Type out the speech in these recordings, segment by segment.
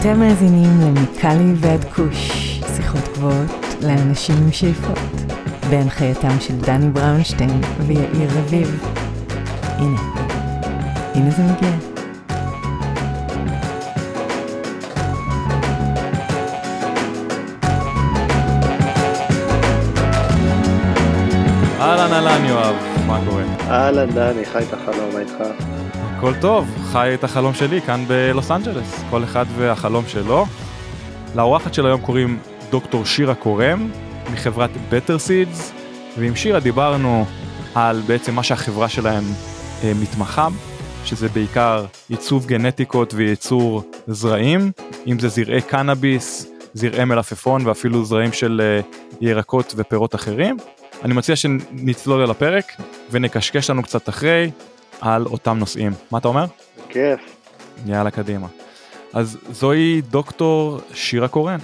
אתם מאזינים למיקלי ועד כוש, שיחות גבוהות לאנשים עם שאיפות, בהנחייתם של דני בראונשטיין ויאיר רביב. הנה זה מגיע. אהלן יואב, מה קורה? אהלן דני, חי את החלום, מה איתך? הכל טוב, חי את החלום שלי כאן בלוס אנג'לס, כל אחד והחלום שלו. לאורחת של היום קוראים דוקטור שירה קורם, מחברת Better Seeds, ועם שירה דיברנו על בעצם מה שהחברה שלהם מתמחה, שזה בעיקר ייצוב גנטיקות וייצור זרעים, אם זה זרעי קנאביס, זרעי מלפפון ואפילו זרעים של ירקות ופירות אחרים. אני מציע שנצלול אל הפרק ונקשקש לנו קצת אחרי על אותם נושאים. מה אתה אומר? כיף. יאללה, קדימה. אז זוהי דוקטור שירה קורם.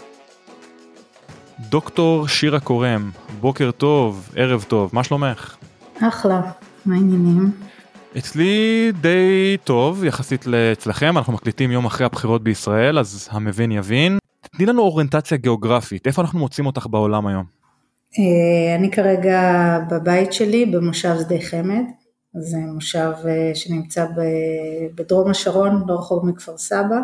דוקטור שירה קורם, בוקר טוב, ערב טוב, מה שלומך? אחלה, מה העניינים? אצלי די טוב, יחסית אצלכם, אנחנו מקליטים יום אחרי הבחירות בישראל, אז המבין יבין. תני לנו אוריינטציה גיאוגרפית, איפה אנחנו מוצאים אותך בעולם היום? אני כרגע בבית שלי במושב שדה חמד, זה מושב שנמצא בדרום השרון, לא רחוק מכפר סבא,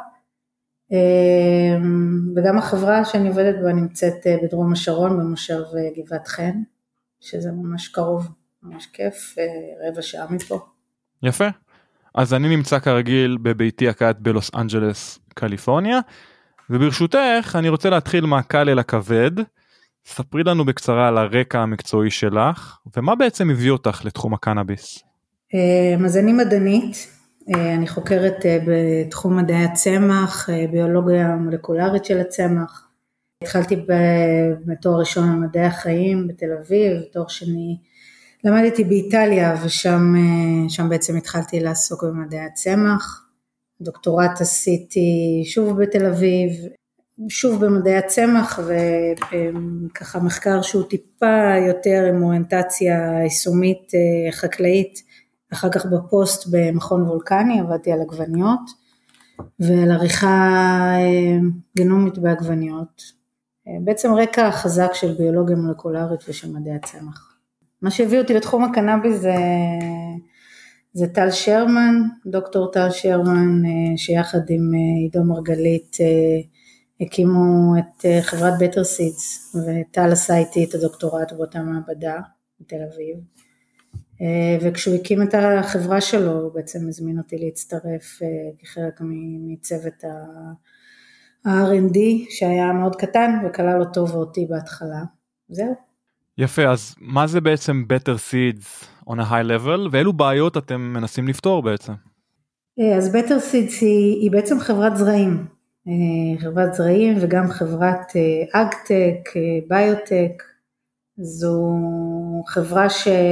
וגם החברה שאני עובדת בה נמצאת בדרום השרון במושב גבעת חן, שזה ממש קרוב, ממש כיף, רבע שעה מפה. יפה, אז אני נמצא כרגיל בביתי הקט בלוס אנג'לס, קליפורניה, וברשותך אני רוצה להתחיל מהקל אל הכבד. ספרי לנו בקצרה על הרקע המקצועי שלך, ומה בעצם הביא אותך לתחום הקנאביס? אז אני מדענית, אני חוקרת בתחום מדעי הצמח, ביולוגיה מולקולרית של הצמח. התחלתי בתואר ראשון במדעי החיים בתל אביב, תואר שני למדתי באיטליה, ושם בעצם התחלתי לעסוק במדעי הצמח. דוקטורט עשיתי שוב בתל אביב, שוב במדעי הצמח, וככה מחקר שהוא טיפה יותר עם אוריינטציה יישומית חקלאית, אחר כך בפוסט במכון וולקני, עבדתי על עגבניות, ועל עריכה גנומית בעגבניות, בעצם רקע חזק של ביולוגיה מולקולרית ושל מדעי הצמח. מה שהביא אותי לתחום הקנאביס זה טל שרמן, דוקטור טל שרמן, שיחד עם עידו מרגלית, הקימו את חברת Better Seeds, וטל עשה איתי את הדוקטורט באותה מעבדה בתל אביב, וכשהוא הקים את החברה שלו, הוא בעצם הזמין אותי להצטרף כחלק מצוות ה-R&D, שהיה מאוד קטן, וכלל אותו ואותי בהתחלה. זהו. יפה, אז מה זה בעצם Better Seeds on a high level, ואילו בעיות אתם מנסים לפתור בעצם? אז Better Seeds היא בעצם חברת זרעים, וגם חברת אגטק, ביוטק. זו חברה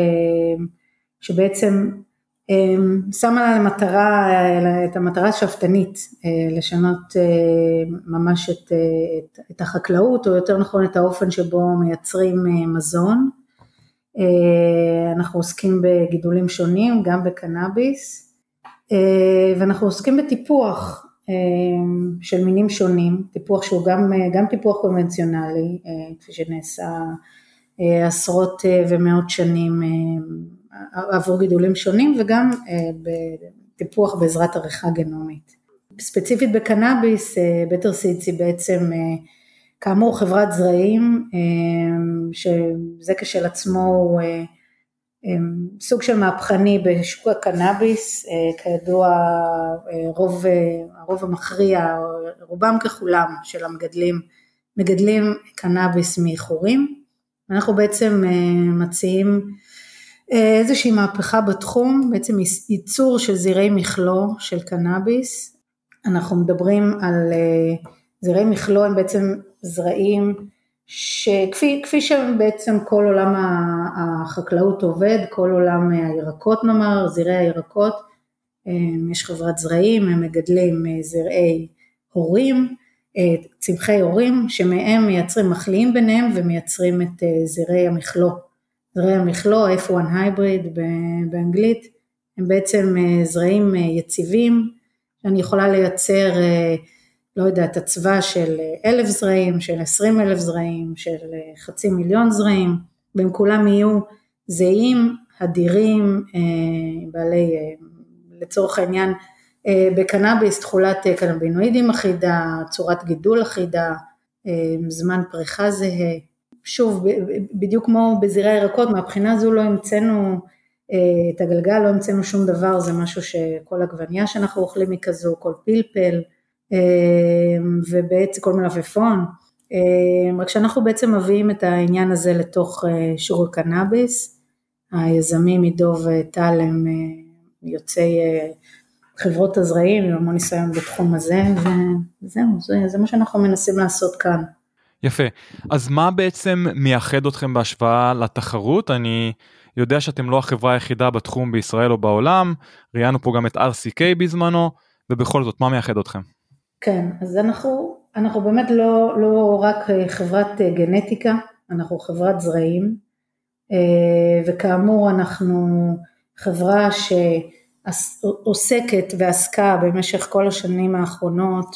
שבעצם שמה לה למטרה, את המטרה השאפתנית, לשנות ממש את החקלאות, או יותר נכון את האופן שבו מייצרים מזון. אנחנו עוסקים בגידולים שונים, גם בקנאביס, ואנחנו עוסקים בטיפוח של מינים שונים, טיפוח שהוא גם טיפוח קונבנציונלי, כפי שנעשה עשרות ומאות שנים עבור גידולים שונים, וגם בטיפוח בעזרת עריכה גנומית. ספציפית בקנאביס, Better Seeds היא בעצם כאמור חברת זרעים, שזה כשל עצמו הוא סוג של מהפכני בשוק הקנאביס. כידוע הרוב המכריע, רובם ככולם של המגדלים, מגדלים קנאביס מאיחורים. אנחנו בעצם מציעים איזושהי מהפכה בתחום, בעצם ייצור של זרעי מכלוא של קנאביס. אנחנו מדברים על זרעי מכלוא, הם בעצם זרעים שכפי שבעצם כל עולם החקלאות עובד, כל עולם הירקות נאמר, זרעי הירקות, יש חברת זרעים, הם מגדלים זרעי הורים, צמחי הורים, שמהם מייצרים מחליאים ביניהם ומייצרים את זרעי המכלוא. זרעי המכלוא, F1 Hybrid באנגלית, הם בעצם זרעים יציבים, שאני יכולה לייצר לא יודעת, הצבא של 1,000 זרעים, של 20,000 זרעים, של 500,000 זרעים, והם כולם יהיו זהים, אדירים, בעלי, לצורך העניין, בקנאביס תכולת קנבינואידים אחידה, צורת גידול אחידה, זמן פריחה זהה, שוב, בדיוק כמו בזירי הירקות, מהבחינה הזו לא המצאנו את הגלגל, לא המצאנו שום דבר, זה משהו שכל עגבניה שאנחנו אוכלים היא כזו, כל פלפל, ובעצם כל מלפפון, רק שאנחנו בעצם מביאים את העניין הזה לתוך שוק הקנאביס, היזמים מדוב טל הם יוצאי חברות הזרעים, עם המון ניסיון בתחום הזה, וזהו, זה מה שאנחנו מנסים לעשות כאן. יפה, אז מה בעצם מייחד אתכם בהשוואה לתחרות? אני יודע שאתם לא החברה היחידה בתחום בישראל או בעולם, ראיינו פה גם את RCK בזמנו, ובכל זאת, מה מייחד אתכם? כן, אז אנחנו באמת לא רק חברת גנטיקה, אנחנו חברת זרעים, וכאמור אנחנו חברה שעוסקת ועסקה במשך כל השנים האחרונות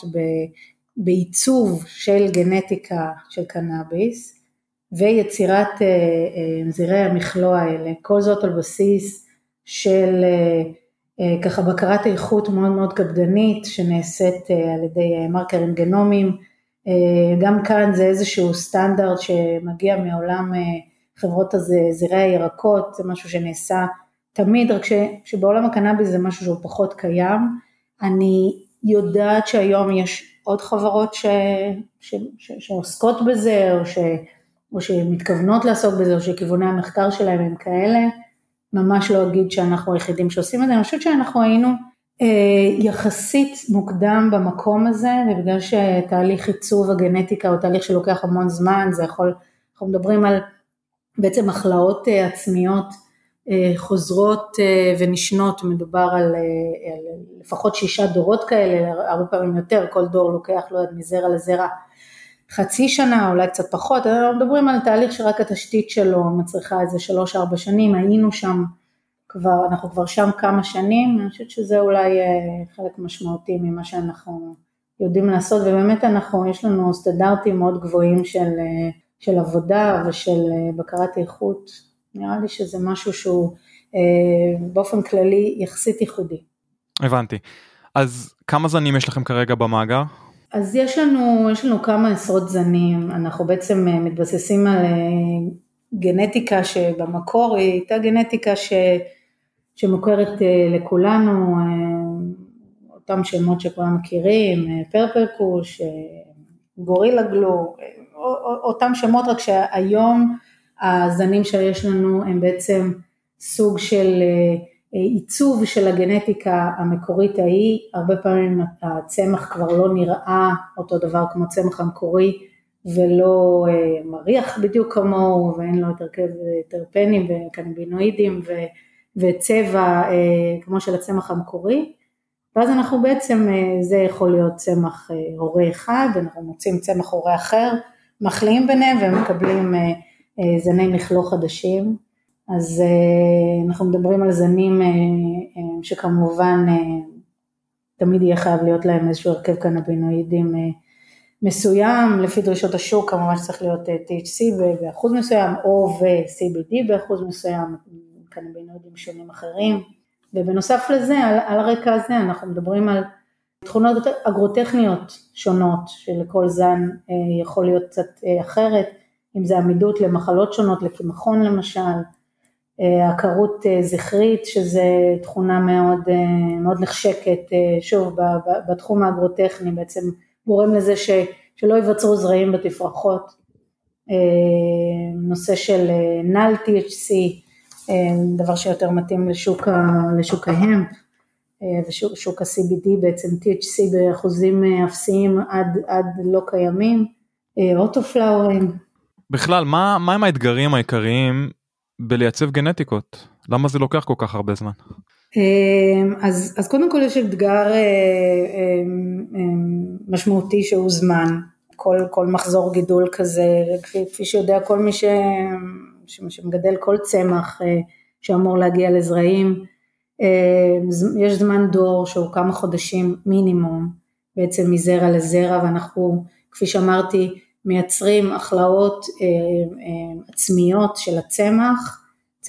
בעיצוב של גנטיקה של קנאביס, ויצירת זירי המכלוא האלה, כל זאת על בסיס של ככה בקרת איכות מאוד מאוד קפדנית, שנעשית על ידי מרקרים גנומיים, גם כאן זה איזשהו סטנדרט שמגיע מעולם חברות זירי הירקות, זה משהו שנעשה תמיד, רק שבעולם הקנאביס זה משהו שהוא פחות קיים, אני יודעת שהיום יש עוד חברות שעוסקות בזה, או שמתכוונות לעסוק בזה, או שכיווני המחקר שלהם הם כאלה, ממש לא אגיד שאנחנו היחידים שעושים את זה, אני חושבת שאנחנו היינו יחסית מוקדם במקום הזה, ובגלל שתהליך עיצוב הגנטיקה הוא תהליך שלוקח המון זמן, זה יכול, אנחנו מדברים על בעצם הכלאות עצמיות חוזרות ונשנות, מדובר על לפחות 6 דורות כאלה, הרבה פעמים יותר, כל דור לוקח לו מזרע לזרע חצי שנה, אולי קצת פחות, אנחנו מדברים על תהליך שרק התשתית שלו מצריכה איזה 3-4 שנים, היינו שם כבר, אנחנו כבר שם כמה שנים, אני חושבת שזה אולי חלק משמעותי ממה שאנחנו יודעים לעשות, ובאמת יש לנו סטנדרטים מאוד גבוהים של עבודה ושל בקרת איכות, נראה לי שזה משהו שהוא באופן כללי יחסית ייחודי. הבנתי. אז כמה זנים יש לכם כרגע במאגר? אז יש לנו כמה עשרות זנים, אנחנו בעצם מתבססים על גנטיקה שבמקור היא הייתה גנטיקה שמוכרת לכולנו, אותם שמות שכולם מכירים, פרפל קוש, גורילה גלו, אותם שמות, רק שהיום הזנים שיש לנו הם בעצם סוג של עיצוב של הגנטיקה המקורית ההיא, הרבה פעמים הצמח כבר לא נראה אותו דבר כמו צמח המקורי, ולא מריח בדיוק כמוהו, ואין לו את הרכב טרפנים וקנבינואידים וצבע כמו של הצמח המקורי, ואז אנחנו בעצם, זה יכול להיות צמח הורה אחד, אנחנו מוצאים צמח הורה אחר, מחליאים ביניהם ומקבלים זני מכלוא חדשים, אז אנחנו מדברים על זנים שכמובן תמיד יהיה חייב להיות להם איזשהו הרכב קנבינואידים מסוים, לפי דרישות השוק כמובן שצריך להיות THC באחוז מסוים, או ו-CBD באחוז מסוים, קנבינואידים שונים אחרים, ובנוסף לזה, על הרקע הזה אנחנו מדברים על תכונות אגרוטכניות שונות, שלכל זן יכול להיות קצת אחרת, אם זה עמידות למחלות שונות, לקמחון למשל, הכרות זכרית, שזה תכונה מאוד, מאוד נחשקת, שוב, בתחום האגרוטכני, בעצם גורם לזה שלא ייווצרו זרעים בתפרחות, נושא של נל THC, דבר שיותר מתאים לשוק ההמפ, ושוק ה-CBD בעצם THC באחוזים אפסיים עד לא קיימים, אוטופלאורינג. בכלל, מה הם האתגרים העיקריים בלייצב גנטיקות? למה זה לוקח כל כך הרבה זמן? אז קודם כל יש אתגר משמעותי שהוא זמן, כל מחזור גידול כזה, כפי שיודע כל מי שמגדל כל צמח שאמור להגיע לזרעים, יש זמן דור שהוא כמה חודשים מינימום, בעצם מזרע לזרע, ואנחנו, כפי שאמרתי, מייצרים הכלאות עצמיות של הצמח,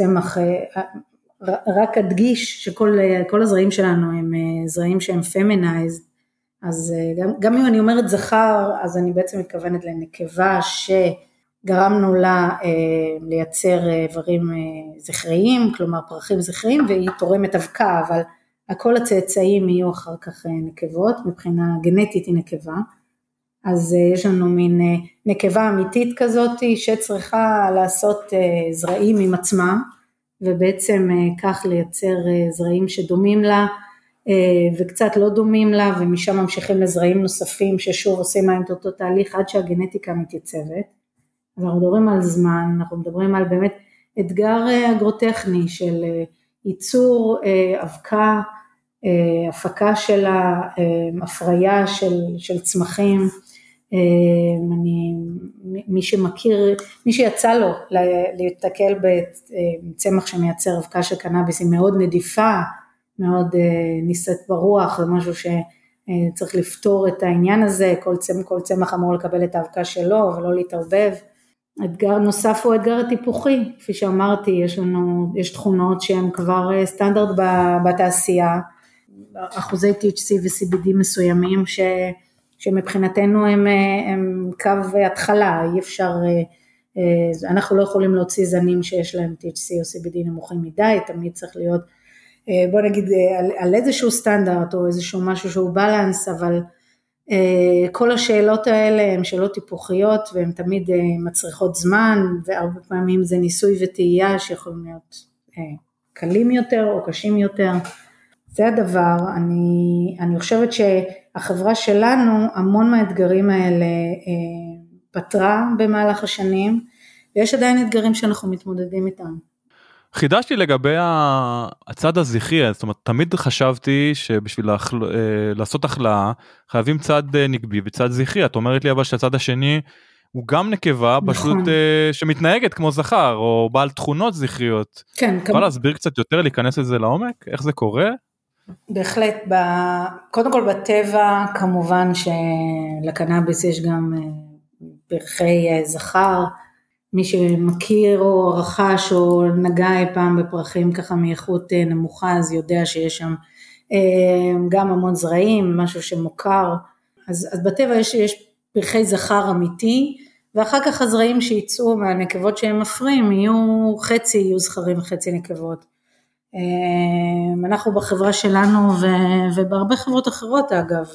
רק אדגיש שכל הזרעים שלנו הם זרעים שהם feminized, אז גם אם אני אומרת זכר, אז אני בעצם מתכוונת לנקבה שגרמנו לה לייצר איברים זכריים, כלומר פרחים זכריים, והיא תורמת אבקה, אבל כל הצאצאים יהיו אחר כך נקבות, מבחינה גנטית היא נקבה, אז יש לנו מין נקבה אמיתית כזאת, שצריכה לעשות זרעים עם עצמה, ובעצם כך לייצר זרעים שדומים לה, וקצת לא דומים לה, ומשם ממשיכים לזרעים נוספים, ששוב עושים להם את אותו תהליך, עד שהגנטיקה מתייצבת. אז אנחנו מדברים על זמן, אנחנו מדברים על באמת אתגר אגרוטכני, של ייצור אבקה, הפקה שלה, הפריה של צמחים, מי שמכיר, מי שיצא לו להתקל בצמח שמייצר אבקה של קנאביס, היא מאוד נדיפה, מאוד ניסית ברוח, זה משהו שצריך לפתור את העניין הזה, כל צמח אמור לקבל את האבקה שלו ולא להתערבב. אתגר נוסף הוא אתגר הטיפוחי, כפי שאמרתי, יש תכונות שהן כבר סטנדרט בתעשייה, אחוזי THC ו-CBD מסוימים שמבחינתנו הם קו התחלה, אי אפשר, אנחנו לא יכולים להוציא זנים שיש להם THC או CBD נמוכים מדי, תמיד צריך להיות, בוא נגיד על איזשהו סטנדרט או איזשהו משהו שהוא בלנס, אבל כל השאלות האלה הן שאלות טיפוחיות והן תמיד מצריכות זמן, והרבה פעמים זה ניסוי וטעייה שיכולים להיות קלים יותר או קשים יותר. זה הדבר, אני חושבת שהחברה שלנו המון מהאתגרים האלה פתרה במהלך השנים, ויש עדיין אתגרים שאנחנו מתמודדים איתם. חידשתי לגבי הצד הזכרי, זאת אומרת, תמיד חשבתי שבשביל לעשות החלאה, חייבים צד נקבי וצד זכרי, את אומרת לי אבל שהצד השני הוא גם נקבה, נכון. פשוט שמתנהגת כמו זכר, או בעל תכונות זכריות. כן. יכול להסביר קצת יותר, להיכנס לזה לעומק? איך זה קורה? בהחלט, קודם כל בטבע, כמובן שלקנאביס יש גם פרחי זכר, מי שמכיר או רכש או נגע פעם בפרחים ככה מאיכות נמוכה, אז יודע שיש שם גם המון זרעים, משהו שמוכר, אז בטבע יש פרחי זכר אמיתי, ואחר כך הזרעים שיצאו מהנקבות שהם מפרים, יהיו זכרים וחצי נקבות. אנחנו בחברה שלנו ובהרבה חברות אחרות אגב,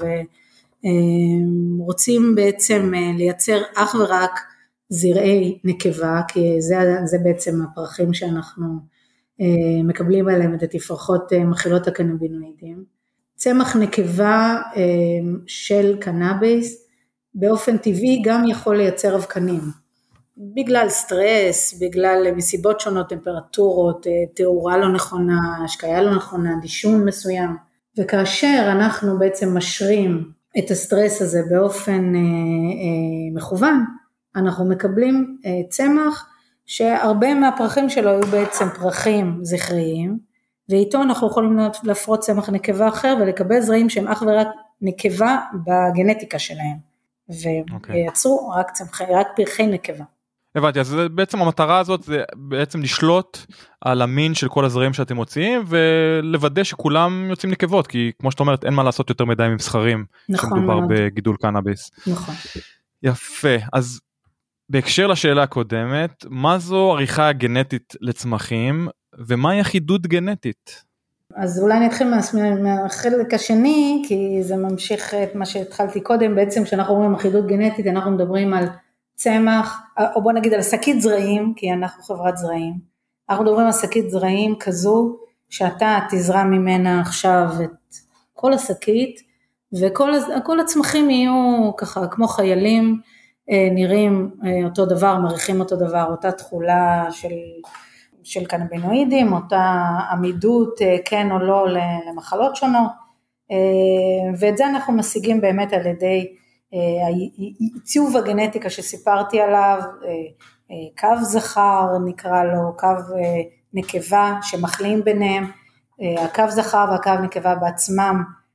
רוצים בעצם לייצר אך ורק זרעי נקבה, כי זה בעצם הפרחים שאנחנו מקבלים עליהם את התפרחות מכילות הקנבינואידים. צמח נקבה של קנאביס באופן טבעי גם יכול לייצר אבקנים, בגלל סטרס, בגלל מסיבות שונות, טמפרטורות, תאורה לא נכונה, השקיה לא נכונה, דישון מסוים, וכאשר אנחנו בעצם משרים את הסטרס הזה באופן מכוון, אנחנו מקבלים צמח שהרבה מהפרחים שלו היו בעצם פרחים זכריים, ואיתו אנחנו יכולים להפרות צמח נקבה אחר, ולקבל זרעים שהם אך ורק נקבה בגנטיקה שלהם, ויצרו רק פרחי נקבה. הבנתי, אז בעצם המטרה הזאת זה בעצם לשלוט על המין של כל הזרעים שאתם מוציאים, ולוודא שכולם יוצאים נקבות, כי כמו שאת אומרת, אין מה לעשות יותר מדי עם זכרים, שמדובר בגידול קנאביס. נכון. יפה, אז בהקשר לשאלה הקודמת, מה זו עריכה גנטית לצמחים, ומהי אחידות גנטית? אז אולי נתחיל מהחלק השני, כי זה ממשיך את מה שהתחלתי קודם, בעצם כשאנחנו אומרים אחידות גנטית, אנחנו מדברים על צמח, או בוא נגיד על שקית זרעים, כי אנחנו חברת זרעים, אנחנו מדברים על שקית זרעים כזו, שאתה תזרע ממנה עכשיו את כל השקית, וכל הצמחים יהיו ככה כמו חיילים, נראים אותו דבר, מריחים אותו דבר, אותה תכולה של קנבינואידים, אותה עמידות כן או לא למחלות שונות, ואת זה אנחנו משיגים באמת על ידי עיצוב הגנטיקה שסיפרתי עליו, קו זכר נקרא לו, קו נקבה שמחלים ביניהם, הקו זכר והקו נקבה בעצמם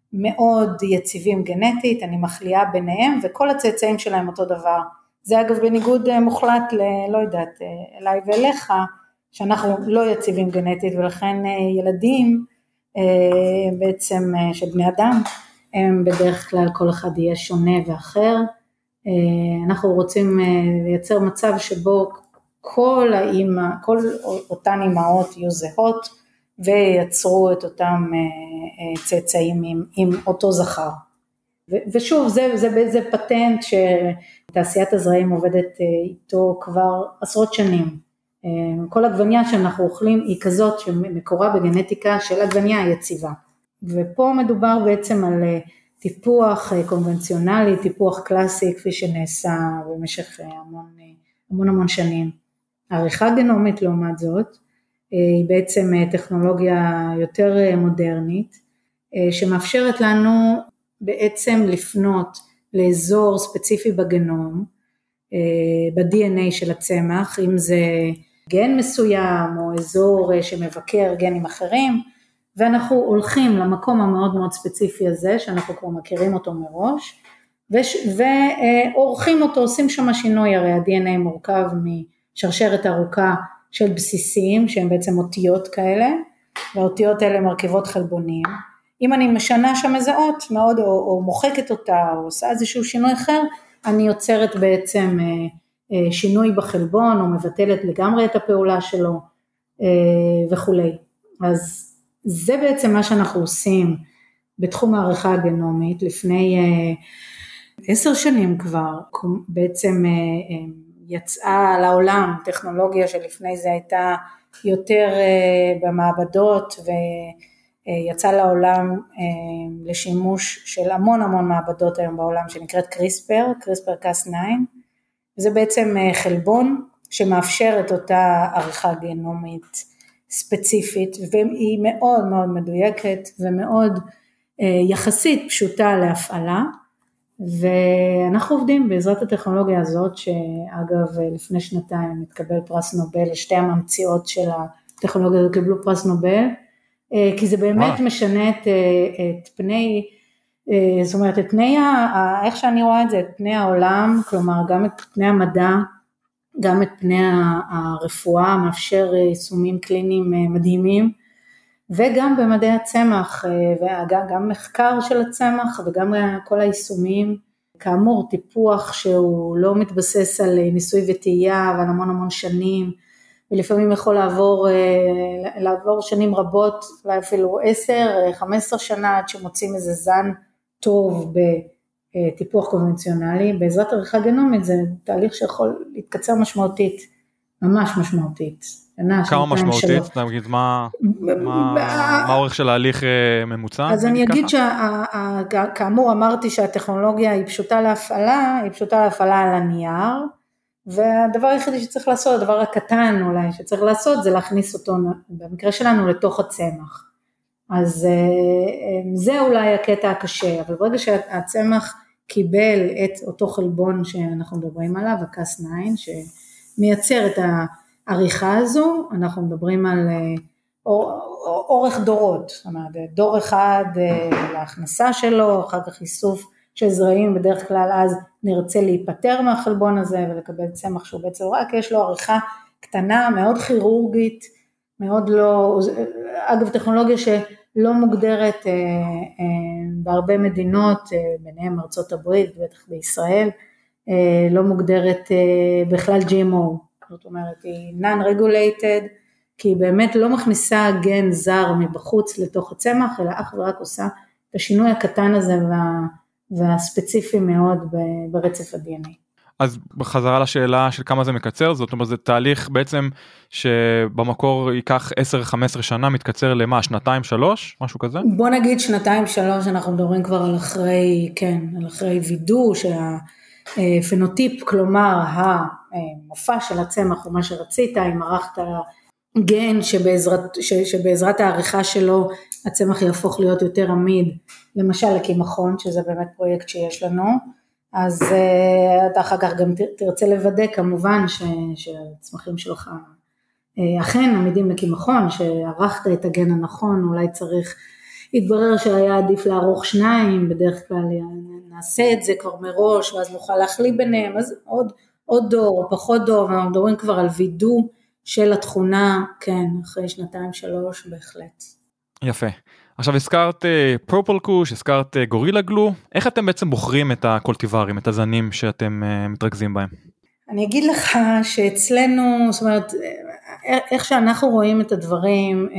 מאוד יציבים גנטית, אני מחליאה ביניהם, וכל הצאצאים שלהם אותו דבר. זה אגב בניגוד מוחלט לא יודעת, אליי ואליך, שאנחנו לא יציבים גנטית, ולכן ילדים בעצם של בני אדם, הם בדרך כלל כל אחד יהיה שונה ואחר. אנחנו רוצים לייצר מצב שבו כל אותן אימהות יהיו זהות, וייצרו את אותם צאצאים עם אותו זכר. ושוב, זה פטנט שתעשיית הזרעים עובדת איתו כבר עשרות שנים. כל עגבניה שאנחנו אוכלים היא כזאת שמקורה בגנטיקה של עגבניה יציבה. ופה מדובר בעצם על טיפוח קונבנציונלי, טיפוח קלאסי, כפי שנעשה במשך המון שנים. העריכה גנומית לעומת זאת, היא בעצם טכנולוגיה יותר מודרנית, שמאפשרת לנו בעצם לפנות לאזור ספציפי בגנום, ב-DNA של הצמח, אם זה גן מסוים או אזור שמבקר גנים אחרים, ואנחנו הולכים למקום המאוד מאוד ספציפי הזה, שאנחנו כבר מכירים אותו מראש, ועורכים אותו, עושים שם שינוי, הרי ה-DNA מורכב משרשרת ארוכה של בסיסים, שהם בעצם אותיות כאלה, והאותיות האלה מרכיבות חלבונים. אם אני משנה שם איזה אות מאוד, או מוחקת אותה, או עושה איזשהו שינוי אחר, אני יוצרת בעצם שינוי בחלבון, או מבטלת לגמרי את הפעולה שלו, וכולי. אז זה בעצם מה שאנחנו עושים בתחום העריכה הגנומית, לפני 10 שנים כבר, בעצם יצאה לעולם טכנולוגיה שלפני זה הייתה יותר במעבדות, ויצאה לעולם לשימוש של המון מעבדות היום בעולם, שנקראת CRISPR-Cas9, וזה בעצם חלבון שמאפשר את אותה עריכה גנומית ספציפית, והיא מאוד מאוד מדויקת, ומאוד יחסית פשוטה להפעלה, ואנחנו עובדים בעזרת הטכנולוגיה הזאת, שאגב לפני 2 התקבל פרס נובל, לשתי הממציאות של הטכנולוגיה הזאת קיבלו פרס נובל, כי זה באמת משנה את פני, זאת אומרת את פני, איך שאני רואה את זה, את פני העולם, כלומר גם את פני המדע, גם את פני הרפואה, מאפשר יישומים קליניים מדהימים, וגם במדעי הצמח, וגם מחקר של הצמח, וגם כל היישומים, כאמור טיפוח שהוא לא מתבסס על ניסוי וטעייה, ועל המון שנים, ולפעמים יכול לעבור שנים רבות, אולי אפילו 10-15 שנה, עד שמוצאים איזה זן טוב בטיפוח קונבנציונלי. בעזרת עריכה גנומית זה תהליך שיכול להתקצר משמעותית, ממש משמעותית. כמה משמעותית? נגיד מה האורך של ההליך ממוצע? אז אני אגיד שכאמור אמרתי שהטכנולוגיה היא פשוטה להפעלה, על הנייר, והדבר היחידי שצריך לעשות, הדבר הקטן אולי שצריך לעשות, זה להכניס אותו, במקרה שלנו, לתוך הצמח. אז זה אולי הקטע הקשה, אבל ברגע שהצמח קיבל את אותו חלבון שאנחנו מדברים עליו, ה-Cas9, שמייצר את העריכה הזו, אנחנו מדברים על אורך דורות, זאת אומרת, דור אחד להכנסה שלו, אחר כך איסוף של זרעים, בדרך כלל אז נרצה להיפטר מהחלבון הזה, ולקבל צמח שהוא בעצם רק, יש לו עריכה קטנה, מאוד כירורגית, מאוד לא, אגב טכנולוגיה שלא מוגדרת בהרבה מדינות, ביניהם ארצות הברית, בטח בישראל, לא מוגדרת בכלל GMO, זאת אומרת היא non-regulated, כי היא באמת לא מכניסה גן זר מבחוץ לתוך הצמח, אלא אך ורק עושה את השינוי הקטן הזה והספציפי מאוד ברצף ה-DNA. אז בחזרה לשאלה של כמה זה מקצר, זאת אומרת זה תהליך בעצם שבמקור ייקח 10-15 שנה, מתקצר למה? 2-3? משהו כזה? בוא נגיד 2-3, אנחנו מדברים כבר על אחרי, כן, על אחרי וידוא שהפנוטיפ, כלומר המופע של הצמח או מה שרצית, אם ערכת גן שבעזרת העריכה שלו הצמח יהפוך להיות יותר עמיד, למשל לקמחון, שזה באמת פרויקט שיש לנו, אז אתה אחר כך גם תרצה לוודא כמובן שהצמחים שלך אכן עמידים לקמחון, שערכת את הגן הנכון, אולי צריך התברר שהיה עדיף לערוך 2, בדרך כלל נעשה את זה כבר מראש, ואז נוכל להחליף ביניהם, אז עוד דור או פחות דור, ואנחנו מדברים כבר על וידוא של התכונה, כן, אחרי 2-3 בהחלט. יפה. עכשיו הזכרת פרופל קוש, הזכרת גורילה גלו, איך אתם בעצם בוחרים את הקולטיברים, את הזנים שאתם מתרכזים בהם? אני אגיד לך שאצלנו, זאת אומרת, איך שאנחנו רואים את הדברים,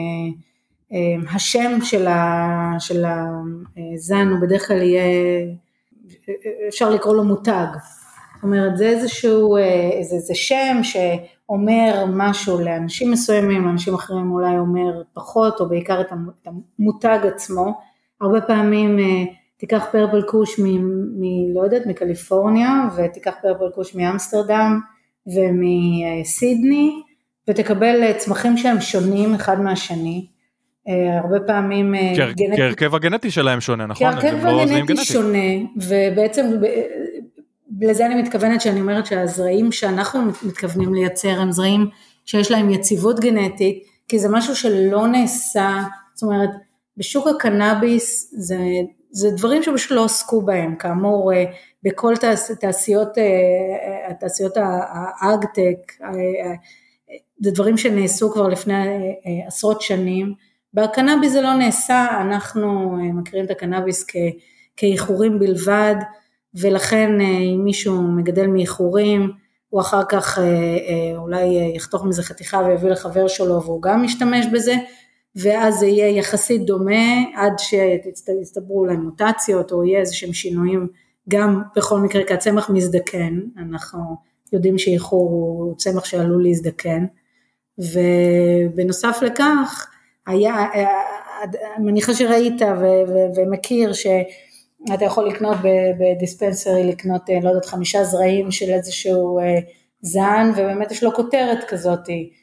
השם של הזן הוא בדרך כלל יהיה, אפשר לקרוא לו מותג, זאת אומרת זה איזשהו, זה שם שאומר משהו לאנשים מסוימים, אנשים אחרים אולי אומר פחות, או בעיקר את המותג עצמו, הרבה פעמים תיקח פרפל קוש לא יודעת, מקליפורניה, ותיקח פרפל קוש מאמסטרדם ומסידני, ותקבל צמחים שהם שונים אחד מהשני, הרבה פעמים כי הרכב הגנטי שלהם שונה, נכון? כי הרכב הגנטי שונה, ובעצם לזה אני מתכוונת שאני אומרת שהזרעים שאנחנו מתכוונים לייצר הם זרעים שיש להם יציבות גנטית, כי זה משהו שלא נעשה, זאת אומרת בשוק הקנאביס זה דברים שפשוט לא עסקו בהם, כאמור בכל התעשיות האגטק, זה דברים שנעשו כבר לפני עשרות שנים, בקנאביס זה לא נעשה, אנחנו מכירים את הקנאביס כאיחורים בלבד, ולכן אם מישהו מגדל מאיחורים, הוא אחר כך אולי יחתוך מזה חתיכה ויביא לחבר שלו, והוא גם משתמש בזה, ואז זה יהיה יחסית דומה, עד שיצטברו להם מוטציות, או יהיה איזשהם שינויים, גם בכל מקרה כצמח מזדקן, אנחנו יודעים שאיחור הוא צמח שעלול להזדקן, ובנוסף לכך, אני מניחה שראית ומכיר שאתה יכול לקנות בדיספנסרי, לקנות לא יודעת 5 זרעים של איזשהו זן, ובאמת יש לו כותרת כזאת,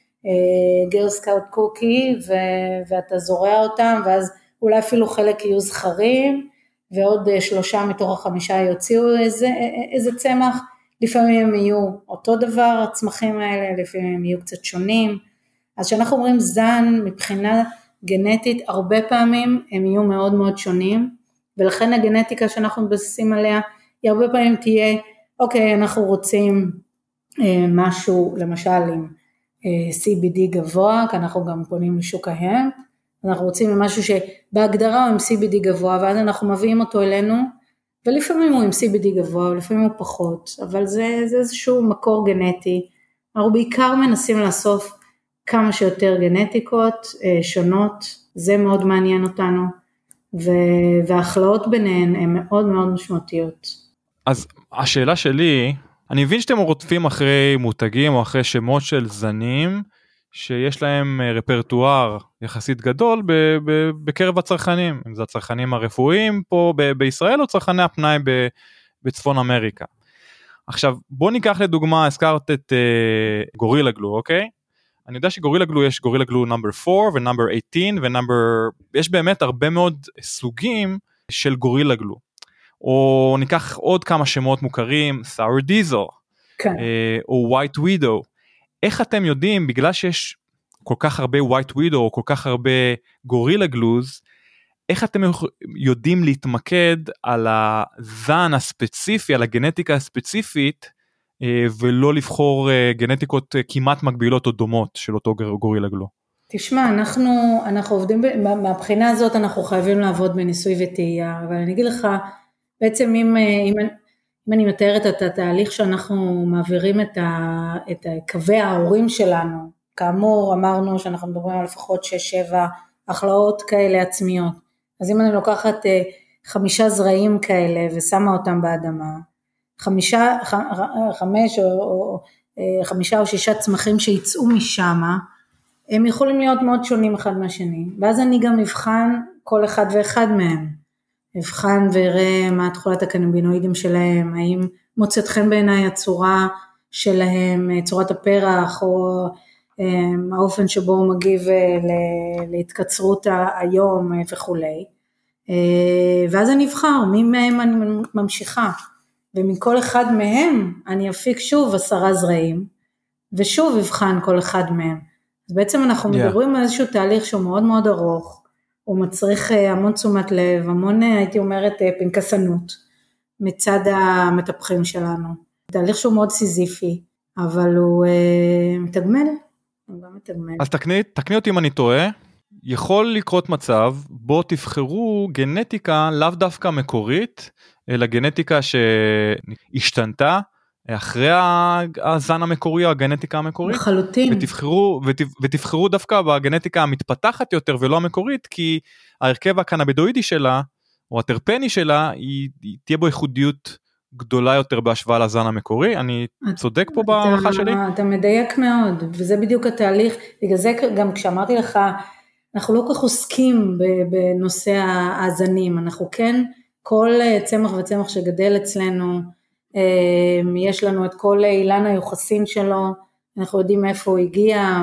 גרל סקאוט קוקי, ואתה זורע אותם, ואז אולי אפילו חלק יהיו זכרים, ועוד 3 מתוך 5 יוציאו איזה צמח, לפעמים הם יהיו אותו דבר, הצמחים האלה, לפעמים הם יהיו קצת שונים, אז שאנחנו אומרים זן מבחינה גנטית, הרבה פעמים הם יהיו מאוד מאוד שונים, ולכן הגנטיקה שאנחנו מתבססים עליה, היא הרבה פעמים תהיה, אוקיי, אנחנו רוצים משהו, למשל עם CBD גבוה, כי אנחנו גם פונים לשוק ההמפ, אנחנו רוצים משהו שבהגדרה הוא עם CBD גבוה, ואז אנחנו מביאים אותו אלינו, ולפעמים הוא עם CBD גבוה, ולפעמים הוא פחות, אבל זה איזשהו מקור גנטי, אנחנו בעיקר מנסים לאסוף כמה שיותר גנטיקות שונות, זה מאוד מעניין אותנו, וההכלאות ביניהן הן מאוד מאוד משמעותיות. אז השאלה שלי, אני מבין שאתם רודפים אחרי מותגים או אחרי שמות של זנים, שיש להם רפרטואר יחסית גדול בקרב הצרכנים, אם זה הצרכנים הרפואיים פה בישראל או צרכני הפנאי בצפון אמריקה. עכשיו בוא ניקח לדוגמה, הזכרת את גורילה גלו, אוקיי? אני יודע שגורילה גלו יש גורילה גלו נאמבר 4 ונאמבר 18 יש באמת הרבה מאוד סוגים של גורילה גלו. או ניקח עוד כמה שמות מוכרים, סאור דיזל, כן. או ווייט ווידו. איך אתם יודעים, בגלל שיש כל כך הרבה ווייט ווידו, או כל כך הרבה גורילה גלוז, איך אתם יודעים להתמקד על הזן הספציפי, על הגנטיקה הספציפית, ולא לבחור גנטיקות כמעט מקבילות או דומות של אותו גורילה גלו? תשמע, אנחנו עובדים, מהבחינה הזאת אנחנו חייבים לעבוד בניסוי וטעייה, אבל אני אגיד לך, בעצם אם אני מתארת את התהליך שאנחנו מעבירים את קווי ההורים שלנו, כאמור אמרנו שאנחנו מדברים על לפחות 6-7 הכלאות כאלה עצמיות, אז אם אני לוקחת 5 זרעים כאלה ושמה אותם באדמה, 5 או 6 צמחים שיצאו משם, הם יכולים להיות מאוד שונים אחד מהשני, ואז אני גם מבחן כל אחד ואחד מהם, אבחן ויראה מה תכולת הקנבינואידים שלהם, האם מוצאת חן בעיניי הצורה שלהם, צורת הפרח, או האופן שבו הוא מגיב להתקצרות היום וכו'. ואז אני אבחר מי מהם אני ממשיכה, ומכל אחד מהם אני אפיק שוב 10 זרעים, ושוב אבחן כל אחד מהם. אז בעצם אנחנו מדברים על איזשהו תהליך שהוא מאוד מאוד ארוך, הוא מצריך המון תשומת לב, המון הייתי אומרת פנקסנות מצד המטפחים שלנו. תהליך שהוא מאוד סיזיפי, אבל הוא מתגמל, הוא גם מתגמל. אז תקני אותי אם אני טועה, יכול לקרות מצב בו תבחרו גנטיקה לאו דווקא מקורית, אלא גנטיקה שהשתנתה אחרי הזן המקורי או הגנטיקה המקורית. לחלוטין. ותבחרו דווקא בגנטיקה המתפתחת יותר ולא המקורית, כי ההרכב הקנאבידואידי שלה, או הטרפני שלה, היא תהיה בו ייחודיות גדולה יותר בהשוואה לזן המקורי. אני צודק פה בהערכה שלי? אתה מדייק מאוד, וזה בדיוק התהליך. בגלל זה גם כשאמרתי לך, אנחנו לא כך עוסקים בנושא הזנים, אנחנו כן, כל צמח וצמח שגדל אצלנו, יש לנו את כל אילן היוחסין שלו, אנחנו יודעים מאיפה הוא הגיע,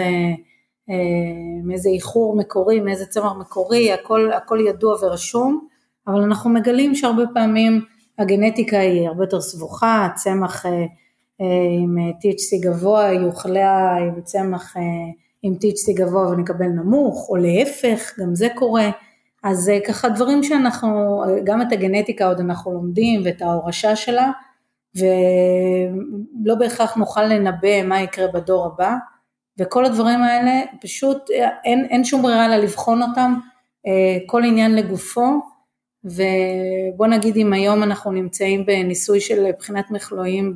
מאיזה איחור מקורי, מאיזה צמח מקורי, הכל ידוע ורשום, אבל אנחנו מגלים שהרבה פעמים הגנטיקה היא הרבה יותר סבוכה, הצמח עם THC גבוה יוחלה עם צמח עם THC גבוה ונקבל נמוך, או להפך, גם זה קורה, אז ככה דברים שאנחנו, גם את הגנטיקה עוד אנחנו לומדים, ואת ההורשה שלה, ולא בהכרח נוכל לנבא מה יקרה בדור הבא, וכל הדברים האלה פשוט אין שום ברירה לה לבחון אותם, כל עניין לגופו, ובוא נגיד אם היום אנחנו נמצאים בניסוי של בחינת מכלואים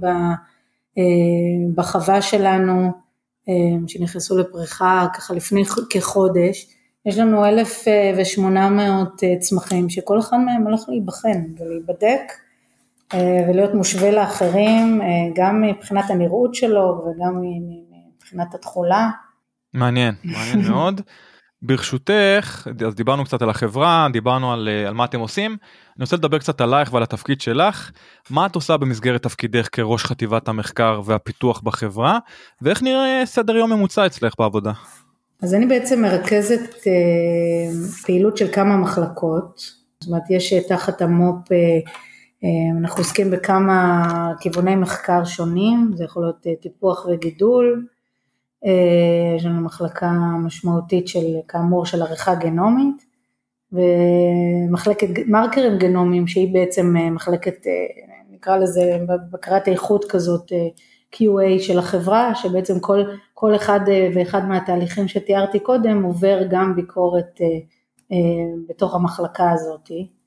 בחווה שלנו, שנכנסו לפריחה ככה לפני כחודש, יש לנו 1,800 צמחים, שכל אחד מהם הולך להיבחן ולהיבדק, ולהיות מושווה לאחרים, גם מבחינת הנראות שלו, וגם מבחינת התחולה. מעניין מאוד. ברשותך, אז דיברנו קצת על החברה, דיברנו על מה אתם עושים, אני רוצה לדבר קצת עלייך ועל התפקיד שלך, מה את עושה במסגרת תפקידך כראש חטיבת המחקר והפיתוח בחברה, ואיך נראה סדר יום ממוצע אצלך בעבודה? אז אני בעצם מרכזת פעילות של כמה מחלקות, זאת אומרת יש תחת המופ, אנחנו עוסקים בכמה כיווני מחקר שונים, זה יכול להיות טיפוח וגידול, יש לנו מחלקה משמעותית של כאמור של עריכה גנומית, ומחלקת מרקרים גנומיים שהיא בעצם מחלקת, נקרא לזה בקרת איכות כזאת, QA של החברה, שבעצם כל אחד ואחד מהתהליכים שתיארתי קודם, עובר גם ביקורת בתוך המחלקה הזאת.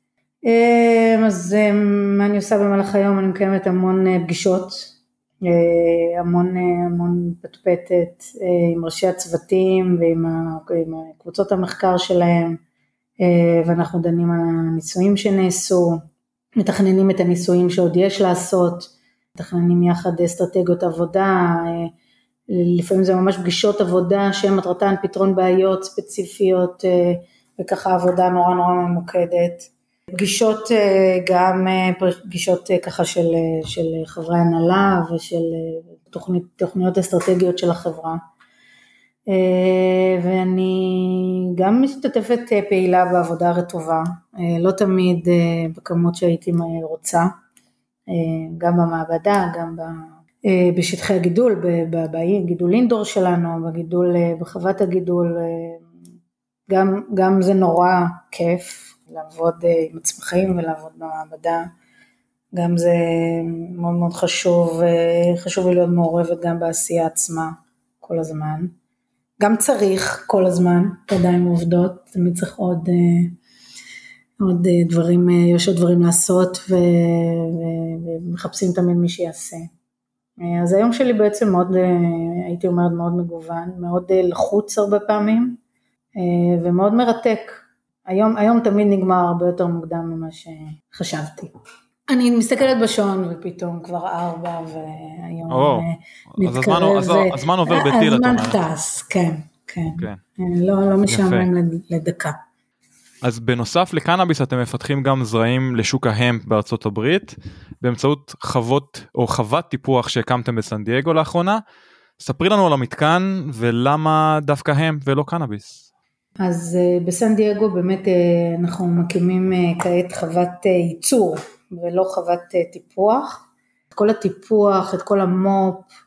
אז מה אני עושה במהלך היום? אני מקיימת המון פגישות, המון פטפטת עם ראשי הצוותים ועם קבוצות המחקר שלהם, ואנחנו דנים על הניסויים שנעשו, מתכננים את הניסויים שעוד יש לעשות, מתכננים יחד אסטרטגיות עבודה, לפעמים זה ממש פגישות עבודה שמטרתן פתרון בעיות ספציפיות, וככה עבודה נורא ממוקדת. פגישות גם פגישות ככה של חברי הנהלה ושל תוכניות אסטרטגיות של החברה. ואני גם משתתפת פעילה בעבודה רטובה, לא תמיד בכמות שהייתי רוצה, גם במעבדה, גם בשטחי הגידול, בגידול אינדור שלנו, בגידול, בחוות הגידול, גם זה נורא כיף לעבוד עם הצמחים ולעבוד במעבדה, גם זה מאוד מאוד חשוב לי להיות מעורבת גם בעשייה עצמה כל הזמן, גם צריך כל הזמן, ידיים עובדות, תמיד צריך עוד דברים, יש עוד דברים לעשות ומחפשים תמיד מי שיעשה. אז היום שלי בעצם מאוד, הייתי אומרת מאוד מגוון, מאוד לחוץ הרבה פעמים, ומאוד מרתק. היום תמיד נגמר הרבה יותר מוקדם ממה שחשבתי. אני מסתכלת בשעון ופתאום כבר 4 והיום מתקרב. אז הזמן עובר בטיל. הזמן טס, כן. לא משעמם לדקה. אז בנוסף לקנאביס אתם מפתחים גם זרעים לשוק ההמפ בארצות הברית, באמצעות חוות טיפוח שהקמתם בסן דייגו לאחרונה. ספרי לנו על המתקן ולמה דווקא המפ ולא קנאביס. אז בסן דייגו באמת אנחנו מקימים כעת חוות ייצור ולא חוות טיפוח. את כל הטיפוח, את כל המופ,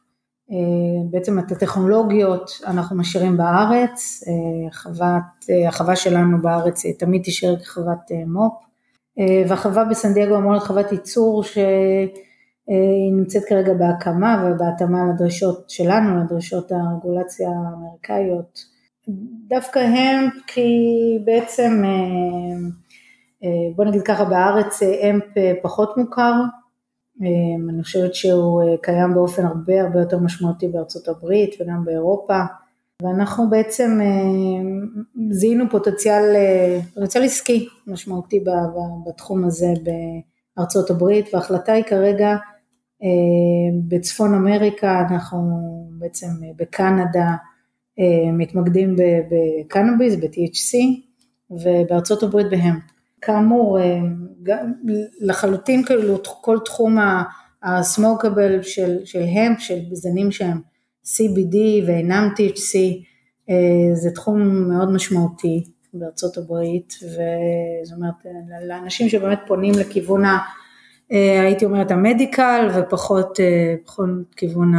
בעצם את הטכנולוגיות אנחנו משאירים בארץ, החווה שלנו בארץ תמיד תישאר כחוות מופ, והחווה בסן דייגו אמורה להיות חוות ייצור שהיא נמצאת כרגע בהקמה ובהתאמה לדרישות שלנו, לדרישות הרגולציה האמריקאיות. דווקא הם כי בעצם, בוא נגיד ככה, בארץ אמפ פחות מוכר, אני חושבת שהוא קיים באופן הרבה יותר משמעותי בארצות הברית וגם באירופה, ואנחנו בעצם זיהינו פוטנציאל עסקי משמעותי בתחום הזה בארצות הברית, וההחלטה היא כרגע בצפון אמריקה, אנחנו בעצם בקנדה מתמקדים בקנאביס, ב-THC, ובארצות הברית בהם. כאמור, לחלוטין כל תחום הסמוקבל של הם, של זנים שהם CBD ואינם THC, זה תחום מאוד משמעותי בארצות הברית, וזאת אומרת, לאנשים שבאמת פונים לכיוון, הייתי אומרת, המדיקל, ופחות כיוון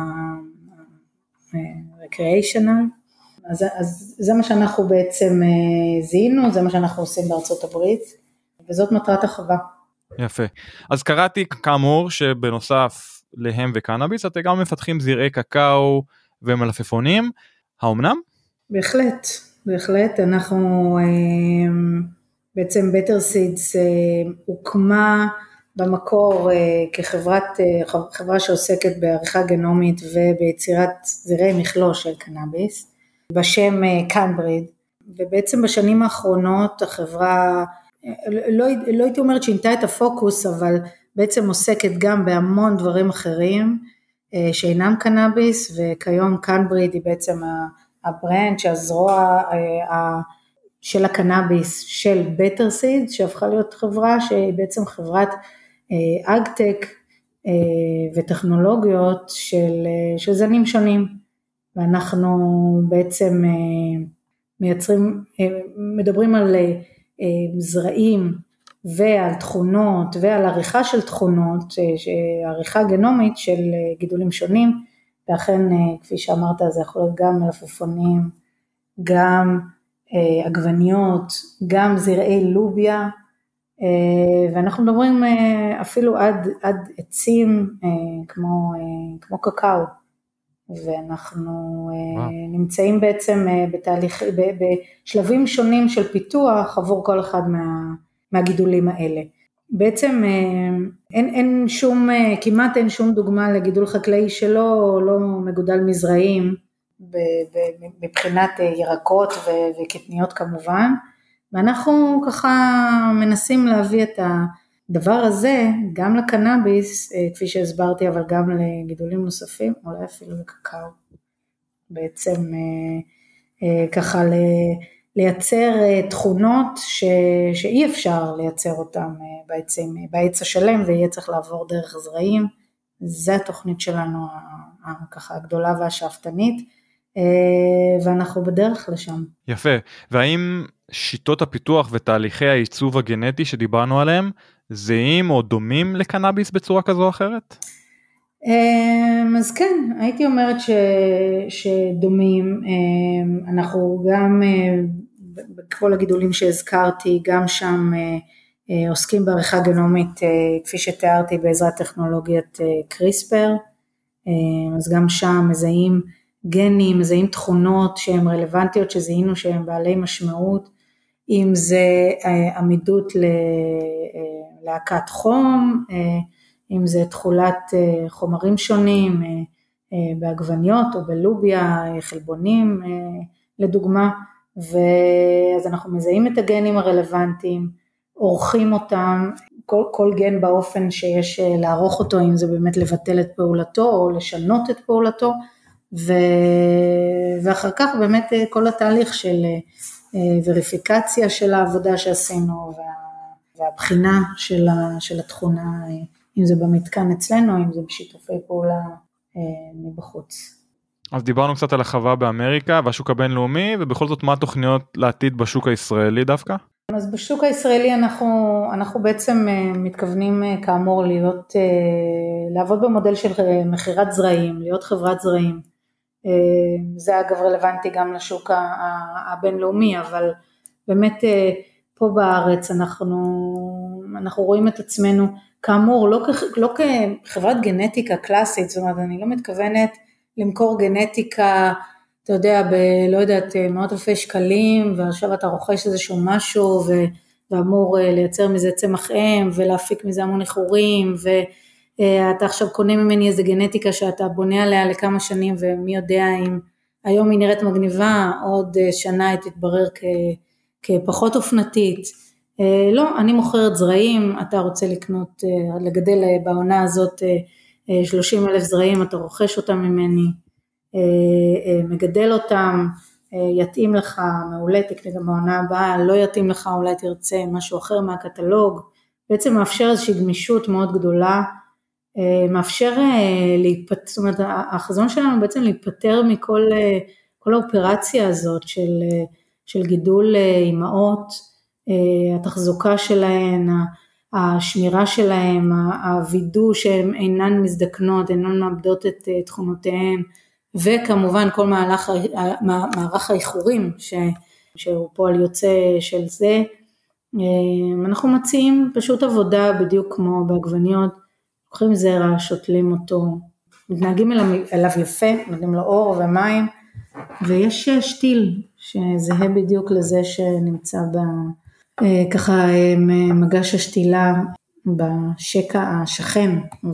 ה-recreational, אז זה מה שאנחנו בעצם זיהינו, זה מה שאנחנו עושים בארצות הברית, וזאת מטרת החווה. יפה. אז קראתי כאמור שבנוסף להם וקנאביס, אתם גם מפתחים זרעי קקאו ומלפפונים, האומנם? בהחלט, בהחלט. אנחנו בעצם Better Seeds הוקמה במקור כחברה שעוסקת בעריכה גנומית וביצירת זרעי מכלול של קנאביס, בשם קנבריד, ובעצם בשנים האחרונות החברה, לא הייתי אומרת שינתה את הפוקוס, אבל בעצם עוסקת גם בהמון דברים אחרים שאינם קנאביס, וכיום קנבריד היא בעצם הברנץ', הזרוע של הקנאביס של Better Seeds, שהפכה להיות חברה שהיא בעצם חברת אגטק וטכנולוגיות של זנים שונים, ואנחנו בעצם מדברים על זרעים ועל תכונות ועל עריכה של תכונות, עריכה גנומית של גידולים שונים, ואכן כפי שאמרת זה יכול להיות גם מלפפונים, גם עגבניות, גם זרעי לוביה, ואנחנו מדברים אפילו עד עצים כמו קקאו, ואנחנו נמצאים בעצם בשלבים שונים של פיתוח עבור כל אחד מהגידולים האלה. בעצם כמעט אין שום דוגמה לגידול חקלאי שלא מגודל מזרעים, מבחינת ירקות וקטניות כמובן, ואנחנו ככה מנסים להביא את הדבר הזה גם לקנאביס, כפי שהסברתי, אבל גם לגידולים נוספים, אולי אפילו לקקאו, בעצם ככה לייצר תכונות שאי אפשר לייצר אותם בעץ השלם, ויהיה צריך לעבור דרך זרעים. זה התוכנית שלנו ככה הגדולה והשאפתנית, ואנחנו בדרך לשם. יפה. והאם שיטות הפיתוח ותהליכי העיצוב הגנטי שדיברנו עליהם, זהים או דומים לקנאביס בצורה כזו או אחרת? אז כן, הייתי אומרת שדומים. אנחנו גם בכל הגידולים שהזכרתי, גם שם עוסקים בעריכה גנומית, כפי שתיארתי, בעזרת טכנולוגיית קריספר, אז גם שם מזהים גנים, מזהים תכונות שהן רלוונטיות, שזיהינו שהן בעלי משמעות, אם זה עמידות להקת חום, אם זה תכולת חומרים שונים, בעגבניות או בלוביה, חלבונים לדוגמה, ואז אנחנו מזהים את הגנים הרלוונטיים, עורכים אותם, כל גן באופן שיש לערוך אותו, אם זה באמת לבטל את פעולתו או לשנות את פעולתו, ואחר כך באמת כל התהליך של וריפיקציה של העבודה שעשינו, והבחינה של התכונה, אם זה במתקן אצלנו, אם זה בשיתופי פעולה מבחוץ. אז דיברנו קצת על החווה באמריקה והשוק הבינלאומי, ובכל זאת מה התוכניות לעתיד בשוק הישראלי דווקא? אז בשוק הישראלי אנחנו בעצם מתכוונים כאמור לעבוד במודל של מחירת זרעים, להיות חברת זרעים. זה אגב רלוונטי גם לשוק הבינלאומי, אבל באמת פה בארץ אנחנו רואים את עצמנו כאמור לא כחברת גנטיקה קלאסית, זאת אומרת אני לא מתכוונת למכור גנטיקה, אתה יודע, לא יודעת, מאות אלפי שקלים, ועכשיו אתה רוכש איזשהו משהו, ואמור לייצר מזה צמח אם, ולהפיק מזה המון איחורים, ואתה עכשיו קונה ממני איזה גנטיקה, שאתה בונה עליה לכמה שנים, ומי יודע אם היום היא נראית מגניבה, עוד שנה היא תתברר כפחות אופנתית. לא, אני מוכרת זרעים, אתה רוצה לגדל בעונה הזאת 30,000 זרעים, אתה רוכש אותם ממני, מגדל אותם, יתאים לך, מעולה, תקנה גם בעונה הבאה, לא יתאים לך, אולי תרצה משהו אחר מהקטלוג, בעצם מאפשר איזושהי גמישות מאוד גדולה, מאפשר זאת אומרת, החזון שלנו בעצם להיפטר כל האופרציה הזאת של גידול אימהות, התחזוקה שלהן, השמירה שלהן, הוידוא שהן אינן מזדקנות, אינן מאבדות את תכונותיהן, וכמובן כל מערך האיחורים שהוא פועל יוצא של זה, אנחנו מציעים פשוט עבודה בדיוק כמו בעגבניות, לוקחים זרע, שותלים אותו, מתנהגים אליו יפה, נותנים לו אור ומים, ויש שתיל שזהה בדיוק לזה שנמצא ככה מגש השתילה בשקע השכן,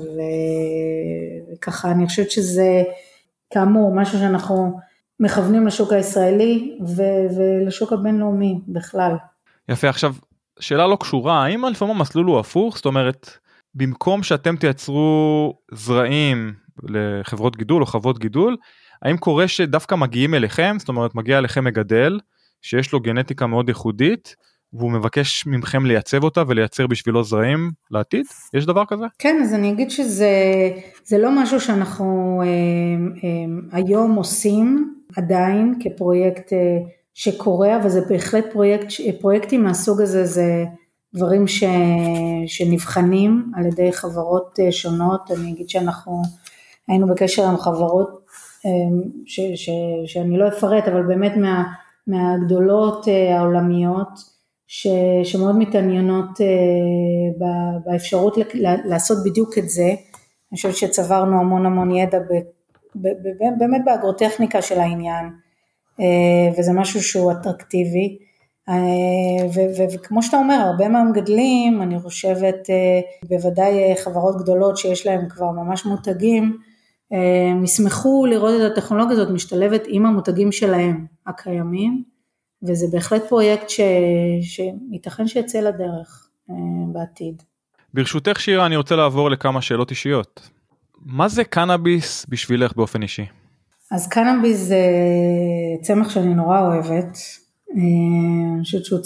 וככה אני חושבת שזה כאמור משהו שאנחנו מכוונים לשוק הישראלי ולשוק הבינלאומי בכלל. יפה, עכשיו שאלה לא קשורה, האם לפעמים המסלול הוא הפוך? זאת אומרת, במקום שאתם תייצרו זרעים לחברות גידול או חוות גידול, האם קורה שדווקא מגיעים אליכם, זאת אומרת מגיע אליכם מגדל, שיש לו גנטיקה מאוד ייחודית, והוא מבקש ממכם לייצב אותה ולייצר בשבילו זרעים לעתיד? יש דבר כזה? כן, אז אני אגיד שזה לא משהו שאנחנו היום עושים עדיין כפרויקט שקורה, אבל זה בהחלט פרויקטים מהסוג הזה, זה דברים שנבחנים על ידי חברות שונות. אני אגיד שאנחנו היינו בקשר עם חברות שאני לא אפרט, אבל באמת מהגדולות העולמיות, שמאוד מתעניינות באפשרות לעשות בדיוק את זה. אני חושבת שצברנו המון ידע באמת באגרוטכניקה של העניין, וזה משהו שהוא אטרקטיבי, וכמו שאתה אומר, הרבה מהמגדלים, אני חושבת בוודאי חברות גדולות שיש להם כבר ממש מותגים, ישמחו לראות את הטכנולוגיה הזאת משתלבת עם המותגים שלהם הקיימים, וזה בהחלט פרויקט שייתכן שיצא לדרך בעתיד. ברשותך שירה, אני רוצה לעבור לכמה שאלות אישיות. מה זה קנאביס בשבילך באופן אישי? אז קנאביס זה צמח שאני נורא אוהבת, אני חושבת שהוא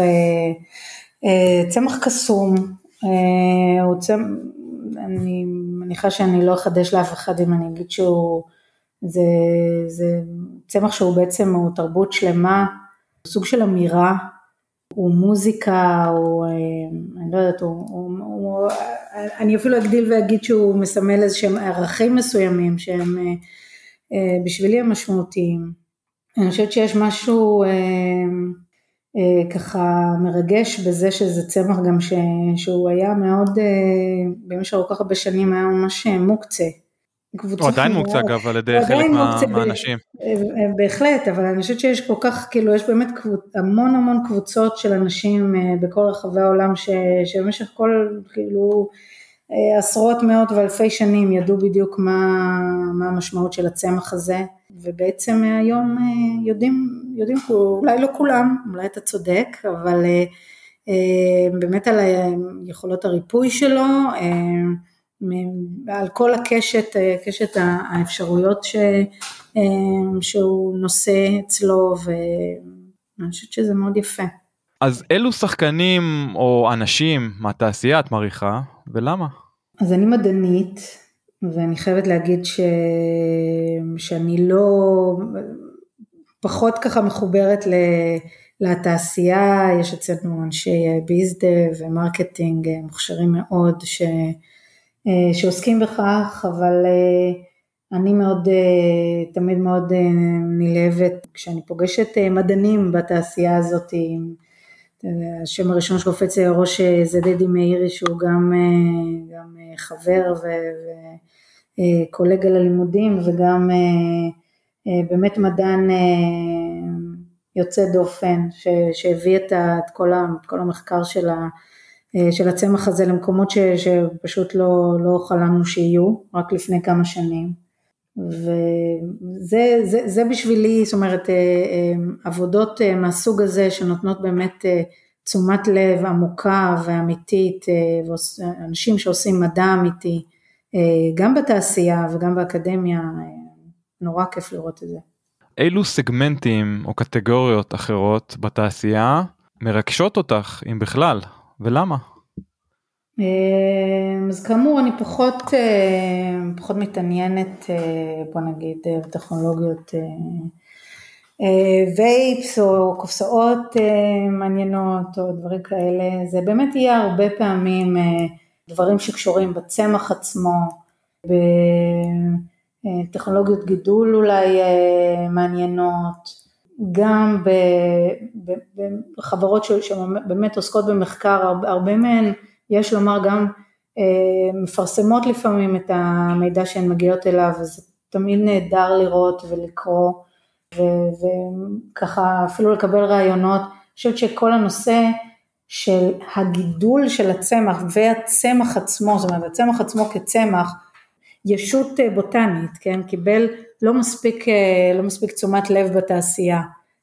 צמח קסום, אני מניחה שאני לא אחדש לאף אחד אם אני אגיד זה צמח שהוא בעצם הוא תרבות שלמה, סוג של אמירה, הוא מוזיקה, אני לא יודעת, אני אפילו אגדיל ואגיד שהוא מסמל איזשהם ערכים מסוימים שהם בשבילי הם משמעותיים. אני חושבת שיש משהו ככה מרגש בזה שזה צמח גם שהוא היה מאוד, במשך כל כך הרבה שנים היה ממש מוקצה. הוא עדיין מוקצה אגב על ידי חלק מהאנשים. בהחלט, אבל אני חושבת שיש כל כך, כאילו יש באמת המון קבוצות של אנשים בכל רחבי העולם שבמשך כל כאילו עשרות מאות ואלפי שנים ידעו בדיוק מה המשמעות של הצמח הזה, ובעצם היום יודעים אולי לא כולם, אולי אתה צודק, אבל באמת על יכולות הריפוי שלו, על כל קשת האפשרויות שהוא נושא אצלו, ואני חושבת שזה מאוד יפה. אז אילו שחקנים או אנשים מהתעשייה את מעריכה, ולמה? אז אני מדענית, ואני חייבת להגיד שאני לא, פחות ככה מחוברת לתעשייה, יש אצלנו אנשי ביזדב ומרקטינג מוכשרים מאוד שעוסקים בכך, אבל אני תמיד מאוד נלהבת כשאני פוגשת מדענים בתעשייה הזאת. השם הראשון שקופץ לראש זה דדי מאירי, שהוא גם חבר וקולגה ללימודים, וגם באמת מדען יוצא דופן, שהביא את כל המחקר של הצמח הזה למקומות שפשוט לא חלמנו שיהיו, רק לפני כמה שנים. וזה בשבילי, זאת אומרת, עבודות מהסוג הזה שנותנות באמת תשומת לב עמוקה ואמיתית, אנשים שעושים מדע אמיתי, גם בתעשייה וגם באקדמיה, נורא כיף לראות את זה. אילו סגמנטים או קטגוריות אחרות בתעשייה מרגשות אותך, אם בכלל, ולמה? אז כאמור, אני פחות מתעניינת, בוא נגיד, בטכנולוגיות וייפס או קופסאות מעניינות או דברים כאלה. זה באמת יהיה הרבה פעמים דברים שקשורים בצמח עצמו, בטכנולוגיות גידול אולי מעניינות, גם בחברות שבאמת עוסקות במחקר, הרבה מהן יש לומר גם מפרסמות לפעמים את המידע שהן מגיעות אליו, וזה תמיד נהדר לראות ולקרוא, וככה אפילו לקבל רעיונות. אני חושבת שכל הנושא של הגידול של הצמח והצמח עצמו, זאת אומרת הצמח עצמו כצמח, ישות בוטנית, כן? קיבל לא מספיק תשומת לב בתעשייה,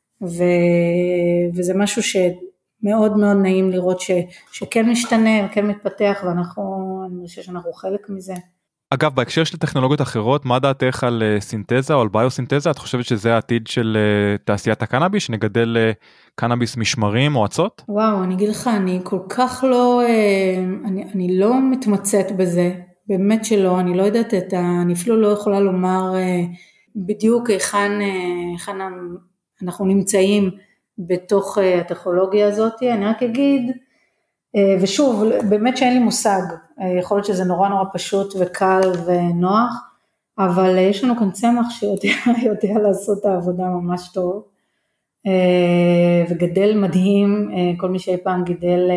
וזה משהו שמאוד מאוד נעים לראות שכן משתנה וכן מתפתח, אני חושב שאנחנו חלק מזה. אגב, בהקשר של טכנולוגיות אחרות, מה דעתך על סינתזה או על ביוסינתזה? את חושבת שזה העתיד של תעשיית הקנאביס, שנגדל קנאביס משמרים או עצות? וואו, אני אגיד לך, אני כל כך אני לא מתמצאת בזה, באמת שלא, אני לא יודעת אני אפילו לא יכולה לומר בדיוק היכן אנחנו נמצאים בתוך הטכנולוגיה הזאת. אני רק אגיד, ושוב, באמת שאין לי מושג, יכול להיות שזה נורא נורא פשוט וקל ונוח, אבל יש לנו כאן צמח שיודע לעשות את העבודה ממש טוב, וגדל מדהים. כל מי שאי פעם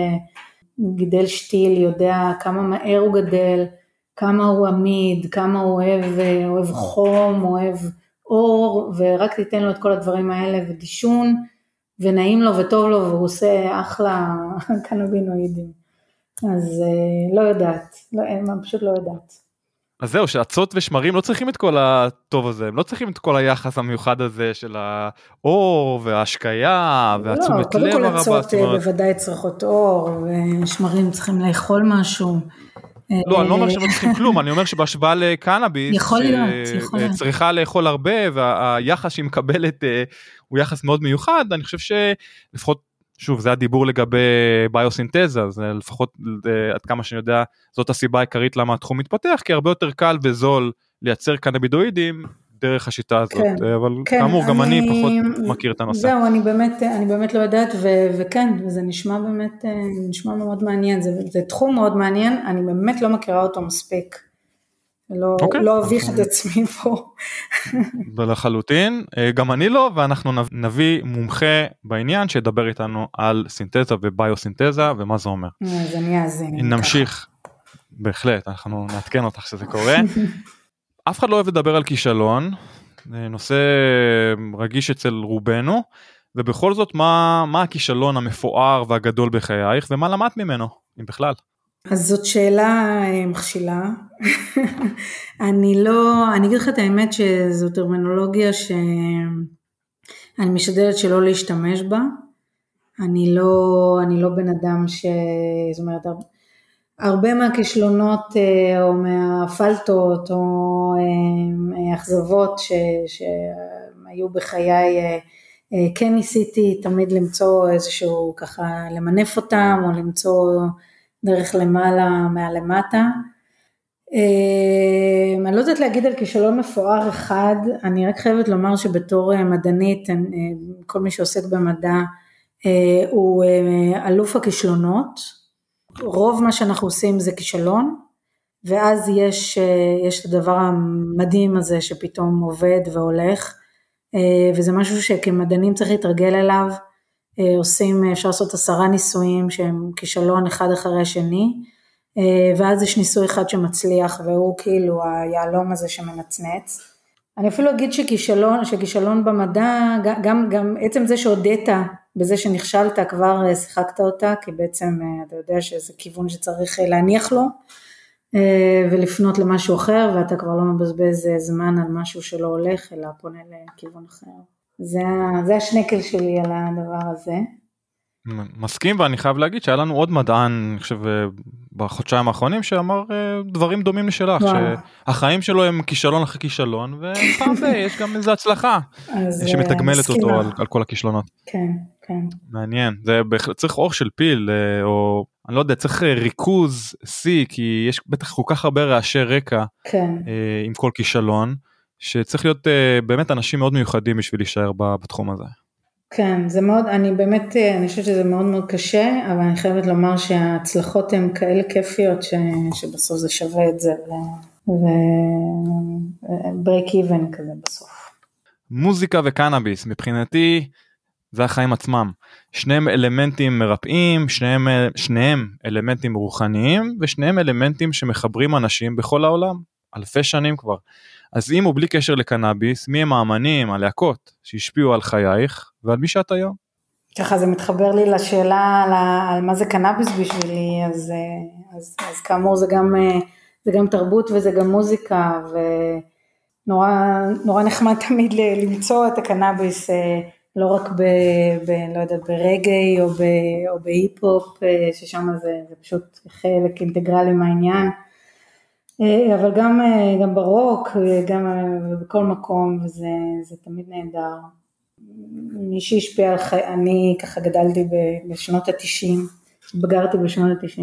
גידל שתיל יודע כמה מהר הוא גדל, כמה הוא עמיד, כמה הוא אוהב חום, אוהב אור, ורק תיתן לו את כל הדברים האלה, ודישון, ונעים לו וטוב לו, והוא עושה אחלה קנבינואידים. אז לא יודעת, פשוט לא יודעת. אז זהו, שעצות ושמרים לא צריכים את כל הטוב הזה, הם לא צריכים את כל היחס המיוחד הזה של האור וההשקיה והתשומת לב הרבה. לא, קודם כל עצות בוודאי צריכות אור, ושמרים צריכים לאכול משהו. לא, אני לא אומר שהם לא צריכים כלום, אני אומר שבהשוואה לקנאביס, צריכה לאכול הרבה, והיחס שהיא מקבלת הוא יחס מאוד מיוחד. אני חושב שלפחות, שוב, זה הדיבור לגבי ביוסינתזה, אז לפחות עד כמה שאני יודע, זאת הסיבה העיקרית למה התחום מתפתח, כי הרבה יותר קל וזול לייצר קנאבידואידים דרך השיטה הזאת, אבל כאמור גם אני פחות מכיר את הנושא. זהו, אני באמת לא יודעת, וכן, וזה נשמע באמת, נשמע מאוד מעניין, זה תחום מאוד מעניין, אני באמת לא מכירה אותו מספיק, לא אביך את עצמי פה. ולחלוטין, גם אני לא, ואנחנו נביא מומחה בעניין, שידבר איתנו על סינתזה וביוסינתזה, ומה זה אומר. אז אני אאזין. נמשיך, בהחלט, אנחנו נעדכן אותך שזה קורה. אף אחד לא אוהב לדבר על כישלון, נושא רגיש אצל רובנו, ובכל זאת מה הכישלון המפואר והגדול בחייך, ומה למדת ממנו, אם בכלל? אז זאת שאלה מכשילה. אני אגיד לך את האמת שזו טרמינולוגיה שאני משתדלת שלא להשתמש בה. אני לא בן אדם זאת אומרת, הרבה מהכישלונות או מהפלטות או אכזבות שהיו בחיי, כן ניסיתי תמיד למצוא איזשהו ככה למנף אותם, או למצוא דרך למעלה מהלמטה. אני לא יודעת להגיד על כישלון מפואר אחד, אני רק חייבת לומר שבתור מדענית, כל מי שעוסק במדע הוא אלוף הכישלונות, רוב מה שאנחנו עושים זה כישלון, ואז יש את הדבר המדהים הזה שפתאום עובד והולך, וזה משהו שכמדענים צריך להתרגל אליו, אפשר לעשות 10 ניסויים שהם כישלון אחד אחרי השני, ואז יש ניסוי אחד שמצליח, והוא כאילו היעלום הזה שמנצנץ. אני אפילו אגיד שכישלון במדע, גם עצם זה שהודית בזה שנכשלת, כבר שיחקת אותה, כי בעצם אתה יודע שזה כיוון שצריך להניח לו, ולפנות למשהו אחר, ואתה כבר לא מבזבז זמן על משהו שלא הולך, אלא פונה לכיוון אחר. זה השנקל שלי על הדבר הזה. מסכים, ואני חייב להגיד שהיה לנו עוד מדען, אני חושב, בחודשיים האחרונים, שאמר דברים דומים לשלך, שהחיים שלו הם כישלון אחרי כישלון, ופעם יש גם איזו הצלחה, שמתגמלת אותו על כל הכישלונות. כן, כן. מעניין, זה צריך אור של פיל, או אני לא יודע, צריך ריכוז C, כי יש בטח כל כך הרבה רעשי רקע, עם כל כישלון, שצריך להיות באמת אנשים מאוד מיוחדים בשביל להישאר בתחום הזה. כן, זה מאוד, אני חושבת שזה מאוד מאוד קשה, אבל אני חייבת לומר שההצלחות הן כאלה כיפיות, שבסוף זה שווה את זה, וברייק איבן כזה בסוף. מוזיקה וקנאביס, מבחינתי, זה החיים עצמם. שניהם אלמנטים מרפאים, שניהם אלמנטים רוחניים, ושניהם אלמנטים שמחברים אנשים בכל העולם, אלפי שנים כבר. אז אם הוא בלי קשר לקנאביס, מי הם האמנים, הלהקות, שהשפיעו על חייך, ועל מי שאת היום? ככה זה מתחבר לי לשאלה על מה זה קנאביס בשבילי, אז כאמור זה גם תרבות וזה גם מוזיקה, ונורא נחמד תמיד למצוא את הקנאביס, לא רק לא יודעת, ברגעי או בהיפ-הופ, ששם זה פשוט חלק אינטגרלי מהעניין, אבל גם ברוק, גם בכל מקום, וזה תמיד נהדר. מי שהשפיע על חיי, אני ככה גדלתי בשנות ה-90, בגרתי בשנות ה-90,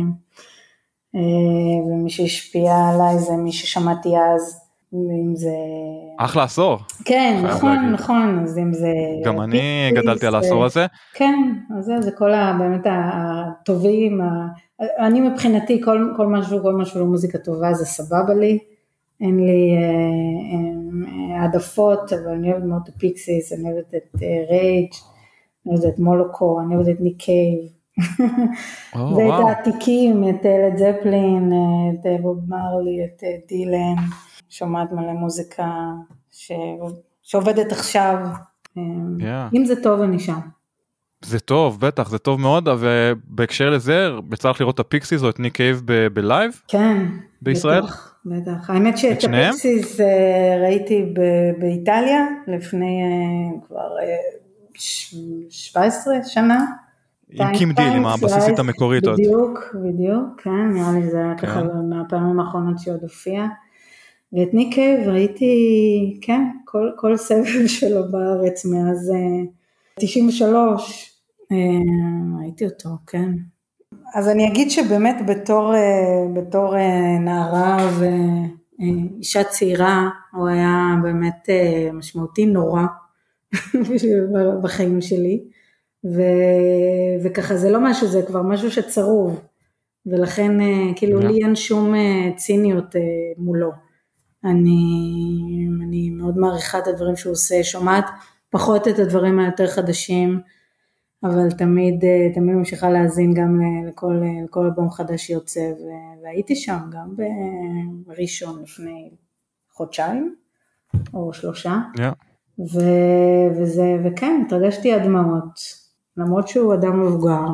ומי שהשפיע עליי זה מי ששמעתי אז, אם זה... אחלה עשור. כן, נכון, אז אם זה... גם אני גדלתי על העשור הזה. כן, אז זה כל באמת הטובים, אני מבחינתי כל משהו לא מוזיקה טובה זה סבבה לי, אין לי העדפות, אבל אני אוהבת מאוד את פיקסיס, אני אוהבת את רייג', אני אוהבת את מולוקו, אני אוהבת את ניק קייב, ואת העתיקים, את לד זפלין, את בוב מרלי, את דילן, שומעת מלא מוזיקה שעובדת עכשיו, אם זה טוב אני שם. זה טוב, בטח, זה טוב מאוד, ובהקשר לזה, בצריך לראות את הפיקסיס או את ניק קייב בלייב? כן, בישראל? בטח. האמת שאת הפיקסיס ראיתי באיטליה, לפני כבר 17 שנה. עם קים דיל, עם הבסיסית המקורית. בדיוק, כן, נראה לי זה היה ככה מהפעמים האחרונות שעוד הופיע. ואת ניק קייב ראיתי, כן, כל סבב שלו בארץ מאז 93, ראיתי אותו, כן. אז אני אגיד שבאמת בתור נערה ואישה צעירה, הוא היה באמת משמעותי נורא בחיים שלי, וככה זה לא משהו, זה כבר משהו שצרוב, ולכן כאילו לי אין שום ציניות מולו. אני מאוד מעריכה את הדברים שהוא עושה, שומעת פחות את הדברים היותר חדשים, אבל תמיד ממשיכה להאזין גם לכל אלבום חדש שיוצא, והייתי שם גם בראשון לפני חודשיים, או 3, וכן, התרגשתי עד דמעות, למרות שהוא אדם מבוגר,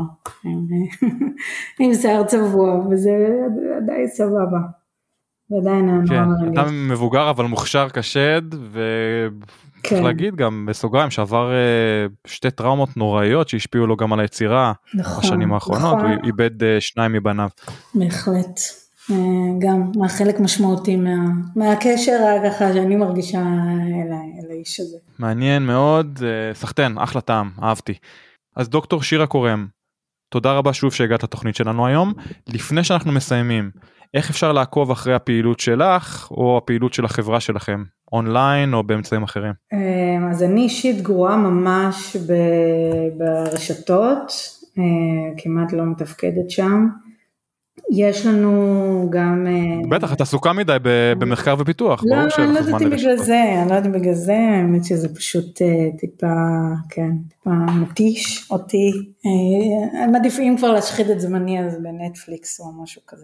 עם שיער צבוע, וזה עדיין סבבה. כן, אתה מבוגר אבל מוכשר כשד, וצריך להגיד גם בסוגריים שעבר 2 טראומות נוראיות שהשפיעו לו גם על היצירה בשנים האחרונות, הוא איבד 2 מבניו. בהחלט, גם חלק משמעותי מהקשר ככה שאני מרגישה אל האיש הזה. מעניין מאוד, סחטן, אחלה טעם, אהבתי. אז דוקטור שירה קורם, תודה רבה שוב שהגעת לתוכנית שלנו היום. לפני שאנחנו מסיימים, איך אפשר לעקוב אחרי הפעילות שלך, או הפעילות של החברה שלכם? אונליין או באמצעים אחרים? אז אני אישית גרועה ממש ברשתות, כמעט לא מתפקדת שם. יש לנו גם... בטח, אתה עסוקה מדי במחקר ופיתוח. לא, אני לא יודעת בגלל זה, האמת שזה פשוט טיפה מתיש אותי. מעדיפים כבר להשחית את זמני אז בנטפליקס או משהו כזה.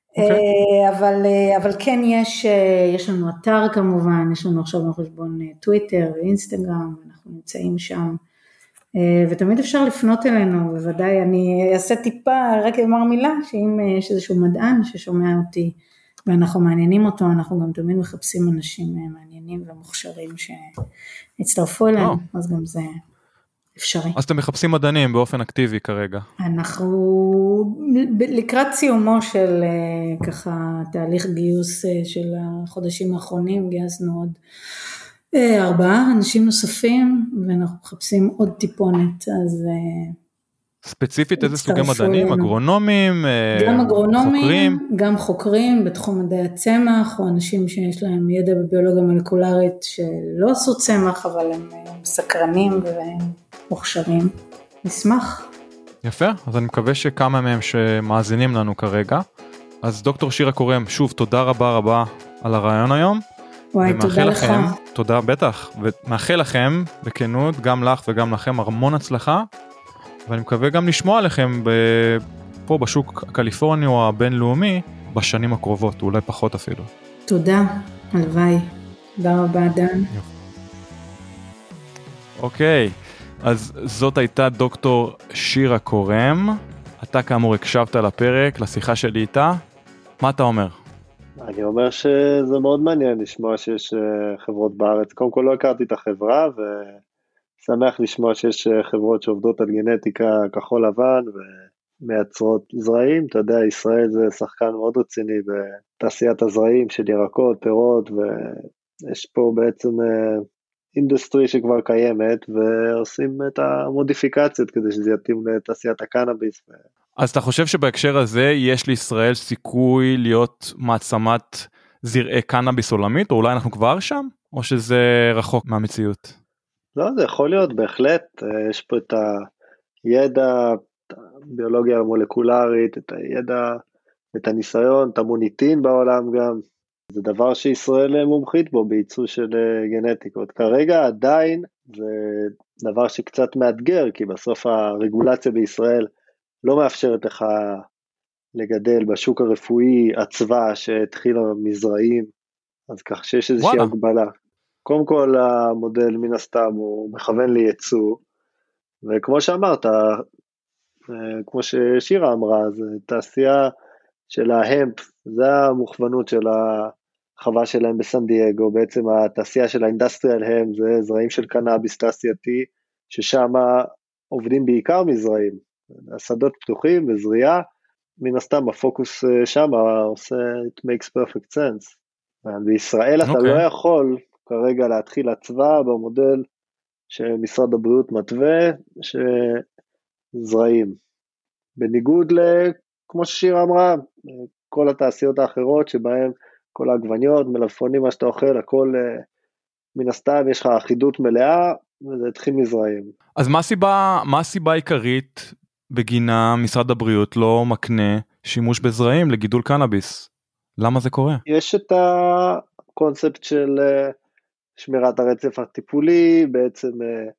אבל כן יש לנו אתר כמובן, יש לנו עכשיו חשבון טוויטר ואינסטגרם, אנחנו נמצאים שם, ותמיד אפשר לפנות אלינו, בוודאי אני אעשה טיפה, רק אמר מילה, שאם יש איזשהו מדען ששומע אותי, ואנחנו מעניינים אותו, אנחנו גם תמיד מחפשים אנשים מעניינים ומוכשרים שהצטרפו אלינו, אז גם זה אפשרי. אז אתם מחפשים מדענים באופן אקטיבי כרגע? אנחנו לקראת סיומו של ככה תהליך גיוס של החודשים האחרונים, גייסנו עוד 4 אנשים נוספים, ואנחנו מחפשים עוד טיפונת, אז... ספציפית איזה סוגי מדענים? אגרונומים? גם אגרונומים, חוקרים? גם חוקרים בתחום מדעי הצמח, או אנשים שיש להם ידע בביולוגיה מולקולרית שלא עשו צמח, אבל הם סקרנים ומוכשרים. נשמח. יפה, אז אני מקווה שכמה מהם שמאזינים לנו כרגע. אז דוקטור שירה קורם, שוב תודה רבה על הרעיון היום. וואי, תודה לך. תודה, בטח, ומאחל לכם, בכנות, גם לך וגם לכם, המון הצלחה, ואני מקווה גם לשמוע עליכם פה בשוק הקליפורני או הבינלאומי, בשנים הקרובות, אולי פחות אפילו. תודה, הלוואי. תודה רבה, דן. אוקיי, אז זאת הייתה דוקטור שירה קורם, אתה כאמור הקשבת לפרק, לשיחה שלי איתה, מה אתה אומר? אני אומר שזה מאוד מעניין לשמוע שיש חברות בארץ, קודם כל לא הכרתי את החברה, ושמח לשמוע שיש חברות שעובדות על גנטיקה כחול לבן, ומייצרות זרעים, אתה יודע, ישראל זה שחקן מאוד רציני, בתעשיית הזרעים של ירקות, פירות, ויש פה בעצם אינדוסטרי שכבר קיימת, ועושים את המודיפיקציות, כדי שזה יתאים לתעשיית הקנאביס. אז אתה חושב שבהקשר הזה יש לישראל סיכוי להיות מעצמת זרעי קנאביס עולמית, או אולי אנחנו כבר שם, או שזה רחוק מהמציאות? לא, זה יכול להיות בהחלט, יש פה את הידע, את הביולוגיה המולקולרית, את הידע, את הניסיון, את המוניטין בעולם גם, זה דבר שישראל מומחית בו בייצוא של גנטיקות, כרגע עדיין זה דבר שקצת מאתגר, כי בסוף הרגולציה בישראל לא מאפשרת לך לגדל בשוק הרפואי עצבה שהתחילה מזרעים, אז כך שיש איזושהי הגבלה. קודם כל המודל מן הסתם הוא מכוון לייצוא, וכמו שאמרת, כמו ששירה אמרה, זה תעשייה של ההמפ, זה המוכוונות של החווה שלהם בסן דייגו, בעצם התעשייה של האינדסטריאל המפ, זה זרעים של קנאביס תעשייתי, ששם עובדים בעיקר מזרעים, השדות פתוחים וזריעה, מן הסתם הפוקוס שם עושה, it makes perfect sense. בישראל אתה לא יכול כרגע להתחיל הצבא במודל שמשרד הבריאות מתווה, שזרעים. בניגוד כמו ששירה אמרה, כל התעשיות האחרות שבהן כל העגבניות, מלפפונים, מה שאתה אוכל, הכל מן הסתם יש לך אחידות מלאה, וזה התחיל מזרעים. אז מה הסיבה העיקרית בגינה משרד הבריאות לא מקנה שימוש בזרעים לגידול קנאביס? למה זה קורה? יש את הקונספט של שמירת הרצף הטיפולי, בעצם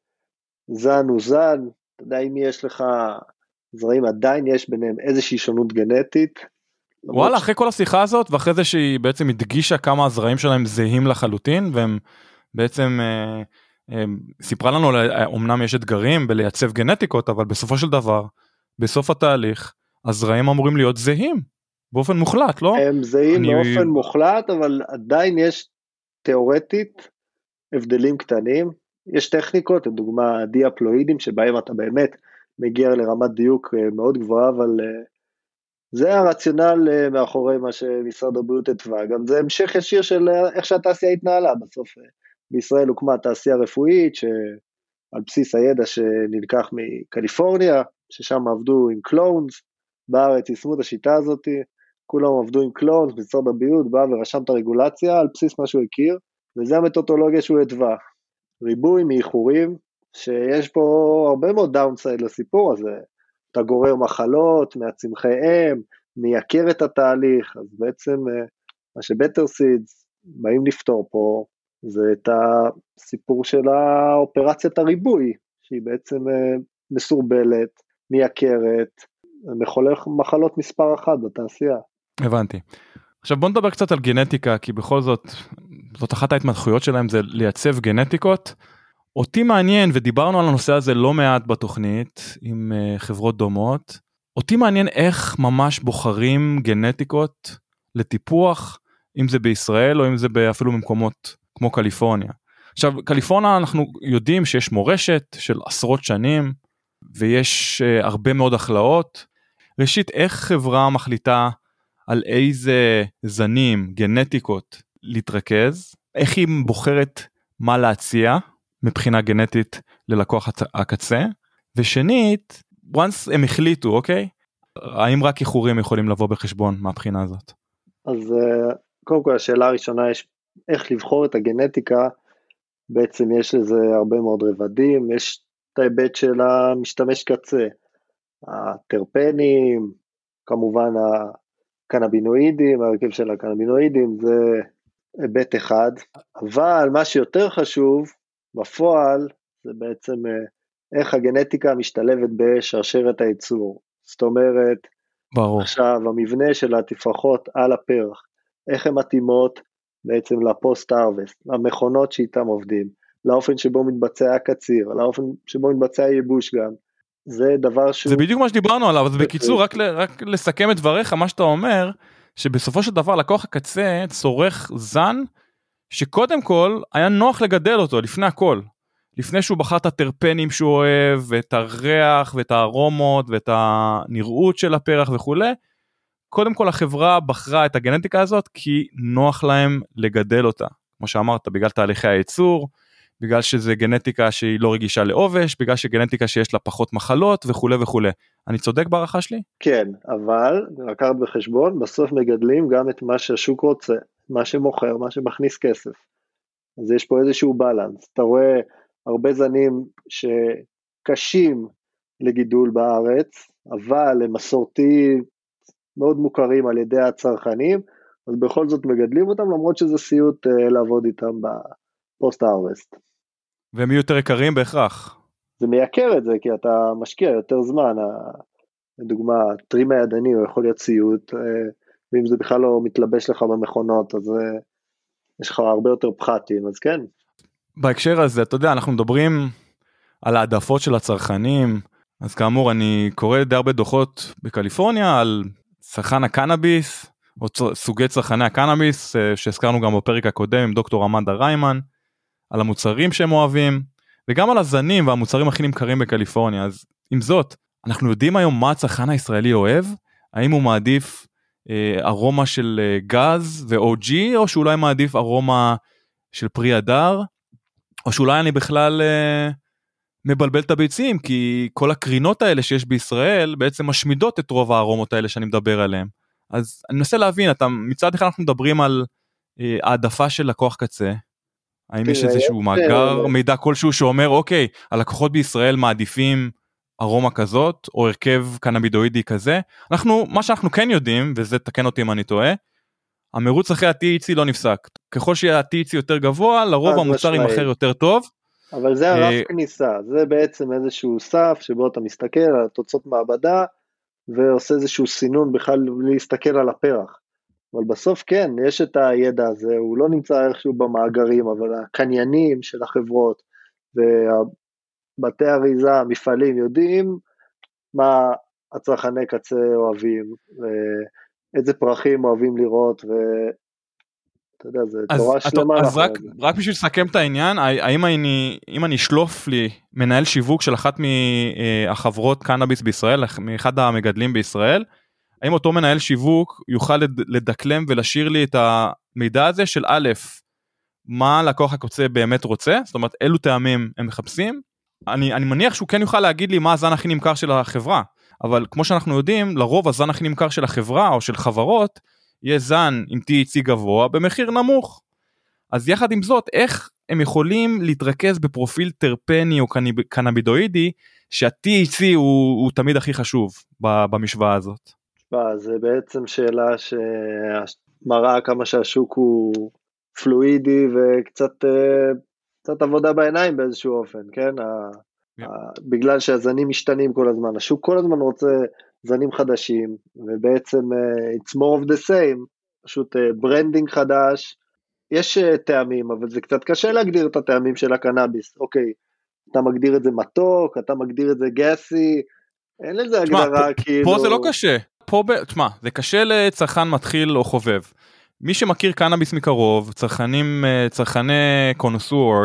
זן הוא זן, אתה יודע, אם יש לך זרעים, עדיין יש ביניהם איזושהי שונות גנטית. וואלה, אחרי כל השיחה הזאת, ואחרי זה שהיא בעצם הדגישה כמה הזרעים שלהם זהים לחלוטין, והם בעצם סיפרה לנו, אמנם יש אתגרים בלייצב גנטיקות, אבל בסופו של דבר, בסוף התהליך, הזרעים אמורים להיות זהים, באופן מוחלט, לא? הם זהים באופן מוחלט, אבל עדיין יש תיאורטית הבדלים קטנים, יש טכניקות, לדוגמה דיאפלואידים, שבהם אתה באמת מגיע לרמת דיוק מאוד גבוהה, אבל זה הרציונל מאחורי מה שמשרד הבריאות התווה, גם זה המשך ישיר של איך שהתעשייה התנהלה, בסוף בישראל הוקמה תעשייה רפואית, שעל בסיס הידע שנלקח מקליפורניה, ששם עבדו עם קלונס, בארץ יישמו את השיטה הזאת, כולם עבדו עם קלונס, משרד הבריאות בא ורשם את הרגולציה, על בסיס מה שהוא הכיר, וזה המתודולוגיה שהוא התווה, ריבוי מאיחורים, שיש פה הרבה מאוד דאונסייד לסיפור הזה, אתה גורר מחלות מהצמחי אם, מייקר את התהליך, אז בעצם מה שבטר סידס באים לפתור פה, זה את הסיפור של האופרציית הריבוי, שהיא בעצם מסורבלת, מייקרת, מחולל מחלות מספר אחת בתעשייה. הבנתי. עכשיו בוא נדבר קצת על גנטיקה, כי בכל זאת, זאת אחת ההתמחויות שלהם, זה לייצב גנטיקות. אותי מעניין, ודיברנו על הנושא הזה לא מעט בתוכנית, עם חברות דומות, אותי מעניין איך ממש בוחרים גנטיקות לטיפוח, אם זה בישראל או אם זה אפילו במקומות כמו קליפורניה. עכשיו, קליפורניה אנחנו יודעים שיש מורשת של עשרות שנים, ויש הרבה מאוד הכלאות. ראשית, איך חברה מחליטה על איזה זנים, גנטיקות להתרכז, איך היא בוחרת מה להציע מבחינה גנטית ללקוח הקצה, ושנית, once הם החליטו, אוקיי? האם רק איחורים יכולים לבוא בחשבון מהבחינה הזאת? אז קודם כל השאלה הראשונה יש איך לבחור את הגנטיקה, בעצם יש לזה הרבה מאוד רבדים, יש את ההיבט של המשתמש קצה, הטרפנים, כמובן הקנבינואידים, הרכב של הקנבינואידים זה היבט אחד, אבל מה שיותר חשוב בפועל זה בעצם איך הגנטיקה משתלבת בשרשרת הייצור, זאת אומרת, ברור. עכשיו המבנה של התפרחות על הפרח, איך הן מתאימות בעצם לפוסט-הרווסט, למכונות שאיתם עובדים, לאופן שבו מתבצע הקציר, לאופן שבו מתבצע הייבוש גם, זה דבר שהוא... זה בדיוק מה שדיברנו עליו, אז בקיצור, רק לסכם את דבריך, מה שאתה אומר, שבסופו של דבר לקוח הקצה צורך זן, שקודם כל היה נוח לגדל אותו לפני הכל, לפני שהוא בחר את הטרפנים שהוא אוהב, ואת הריח, ואת הארומות, ואת הנראות של הפרח וכו'. קודם כל החברה בחרה את הגנטיקה הזאת, כי נוח להם לגדל אותה. כמו שאמרת, בגלל תהליכי הייצור, בגלל שזה גנטיקה שהיא לא רגישה לעובש, בגלל שגנטיקה שיש לה פחות מחלות וכו' וכו'. אני צודק בערכה שלי? כן, אבל לקחת בחשבון, בסוף מגדלים גם את מה שהשוק רוצה, מה שמוכר, מה שמכניס כסף. אז יש פה איזשהו בלנס. אתה רואה הרבה זנים שקשים לגידול בארץ, אבל הם מסורתיים מאוד מוכרים על ידי הצרכנים, אז בכל זאת מגדלים אותם, למרות שזה סיוט לעבוד איתם בפוסט-הרווסט. והם יהיו יותר יקרים בהכרח. זה מייקר את זה, כי אתה משקיע יותר זמן, לדוגמה, טרים הידני הוא יכול להיות סיוט, ואם זה בכלל לא מתלבש לך במכונות, אז יש לך הרבה יותר פחתים, אז כן. בהקשר הזה, אתה יודע, אנחנו מדברים על העדפות של הצרכנים, אז כאמור, אני קורא די הרבה דוחות בקליפורניה, על צרכן הקנאביס, או סוגי צרכני הקנאביס, שהזכרנו גם בפרק הקודם עם דוקטור אמנדה ריימן, על המוצרים שהם אוהבים, וגם על הזנים והמוצרים הכי נמכרים בקליפורניה. אז עם זאת, אנחנו יודעים היום מה הצרכן הישראלי אוהב, האם הוא מעדיף ארומה של גז ו-OG, או שאולי מעדיף ארומה של פרי הדר, או שאולי אני בכלל מבלבל את הביצים, כי כל הקרינות האלה שיש בישראל, בעצם משמידות את רוב הארומות האלה שאני מדבר עליהן. אז אני מנסה להבין, מצד אחד אנחנו מדברים על העדפה של לקוח קצה, האם יש איזשהו מאגר מידע כלשהו שאומר, אוקיי, הלקוחות בישראל מעדיפים ארומה כזאת, או הרכב קנבידואידי כזה. מה שאנחנו כן יודעים, וזה תקן אותי אם אני טועה, המרוץ אחרי ה-THC לא נפסק. ככל שה-THC יותר גבוה, לרוב המוצר יימכר יותר טוב. אבל זה הרף כניסה, זה בעצם איזשהו סף, שבו אתה מסתכל על תוצאות מעבדה, ועושה איזשהו סינון בכלל להסתכל על הפרח. אבל בסוף כן, יש את הידע הזה, הוא לא נמצא איכשהו במאגרים, אבל הקניינים של החברות, ובתי אריזה, המפעלים, יודעים מה הצרכני קצה אוהבים, ואיזה פרחים אוהבים לראות, ואתה יודע, זה תורה שלמה. אז רק בשביל לסכם את העניין, אם אני אשלוף לי מנהל שיווק של אחת מהחברות קנאביס בישראל, מאחד המגדלים בישראל, האם אותו מנהל שיווק יוכל לדקלם ולשיר לי את המידע הזה של א', מה לקוח הקצה באמת רוצה, זאת אומרת, אילו טעמים הם מחפשים, אני מניח שהוא כן יוכל להגיד לי מה הזן הכי נמכר של החברה, אבל כמו שאנחנו יודעים, לרוב הזן הכי נמכר של החברה או של חברות, יהיה זן עם THC גבוה במחיר נמוך. אז יחד עם זאת, איך הם יכולים להתרכז בפרופיל טרפני או קנבידואידי, שה-THC הוא תמיד הכי חשוב במשוואה הזאת? זה בעצם שאלה שמראה כמה שהשוק הוא פלואידי וקצת עבודה בעיניים באיזשהו אופן, כן? בגלל שהזנים משתנים כל הזמן, השוק כל הזמן רוצה זנים חדשים, ובעצם it's more of the same, פשוט ברנדינג חדש, יש טעמים, אבל זה קצת קשה להגדיר את הטעמים של הקנאביס, אוקיי, אתה מגדיר את זה מתוק, אתה מגדיר את זה גסי, אין לזה הגדרה כאילו... פה זה לא קשה, תשמע, זה קשה לצרכן מתחיל או חובב, מי שמכיר קנאביס מקרוב, צרכני קונוסור,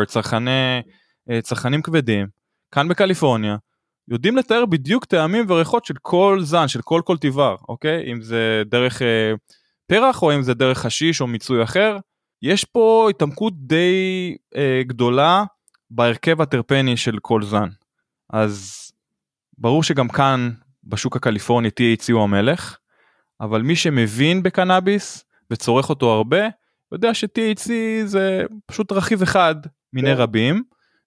צרכנים כבדים, כאן בקליפורניה, יודעים לתאר בדיוק טעמים וריחות של כל זן, של כל קולטיבר, אוקיי? אם זה דרך פרח, או אם זה דרך חשיש או מיצוי אחר, יש פה התעמקות די גדולה בהרכב הטרפני של כל זן. אז ברור שגם כאן, בשוק הקליפורני, THC הוא המלך, אבל מי שמבין בקנאביס, וצורך אותו הרבה, יודע ש-THC זה פשוט רכיב אחד מיני רבים,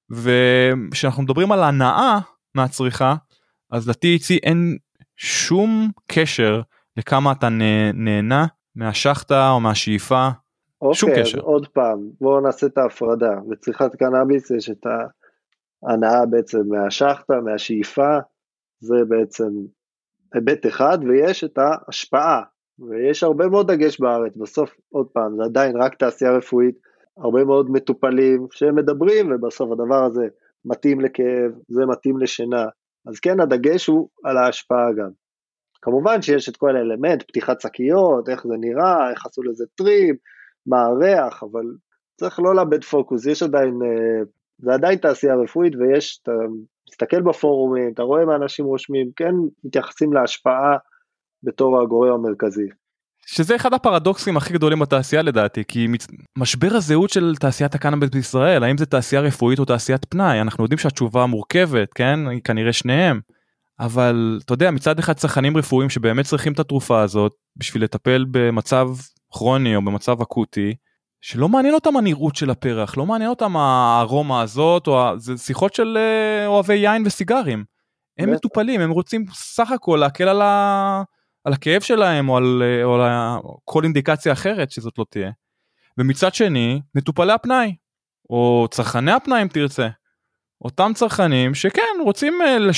ושאנחנו מדברים על הנאה מהצריכה, אז ל-THC אין שום קשר לכמה אתה נהנה מהשחטה או מהשאיפה, שום קשר. אוקיי, עוד פעם, בואו נעשה את ההפרדה. בצריכת קנאביס יש את ההנאה בעצם מהשחטה, מהשאיפה, זה בעצם היבט אחד, ויש את ההשפעה, ויש הרבה מאוד דגש בארץ, בסוף עוד פעם, זה עדיין רק תעשייה רפואית, הרבה מאוד מטופלים שמדברים, ובסוף הדבר הזה מתאים לכאב, זה מתאים לשינה, אז כן, הדגש הוא על ההשפעה גם. כמובן שיש את כל האלמנט, פתיחת שקיות, איך זה נראה, איך עשו לזה טרים, מה הריח, אבל צריך לא לאבד פוקוס, יש עדיין, זה עדיין תעשייה רפואית, ויש, אתה מסתכל בפורומים, אתה רואה מה אנשים רושמים, כן, מתייחסים להשפעה בתור הגורם המרכזי. שזה אחד הפרדוקסים הכי גדולים בתעשייה לדעתי, כי משבר הזהות של תעשיית הקנאביס בישראל, האם זה תעשייה רפואית או תעשיית פנאי, אנחנו יודעים שהתשובה מורכבת, כן, כנראה שניהם, אבל אתה יודע, מצד אחד צרכנים רפואיים שבאמת צריכים את התרופה הזאת, בשביל לטפל במצב כרוני או במצב אקוטי, שלא מעניין אותם הנראות של הפרח, לא מעניין אותם הארומה הזאת, זה שיחות של אוהבי יין וסיגרים, הם מטופלים, הם רוצים סך הכל להקל על הכאב שלהם, או על כל אינדיקציה אחרת שזאת לא תהיה. ומצד שני, מטופלי הפנאי, או צרכני הפנאי אם תרצה, אותם צרכנים שכן, רוצים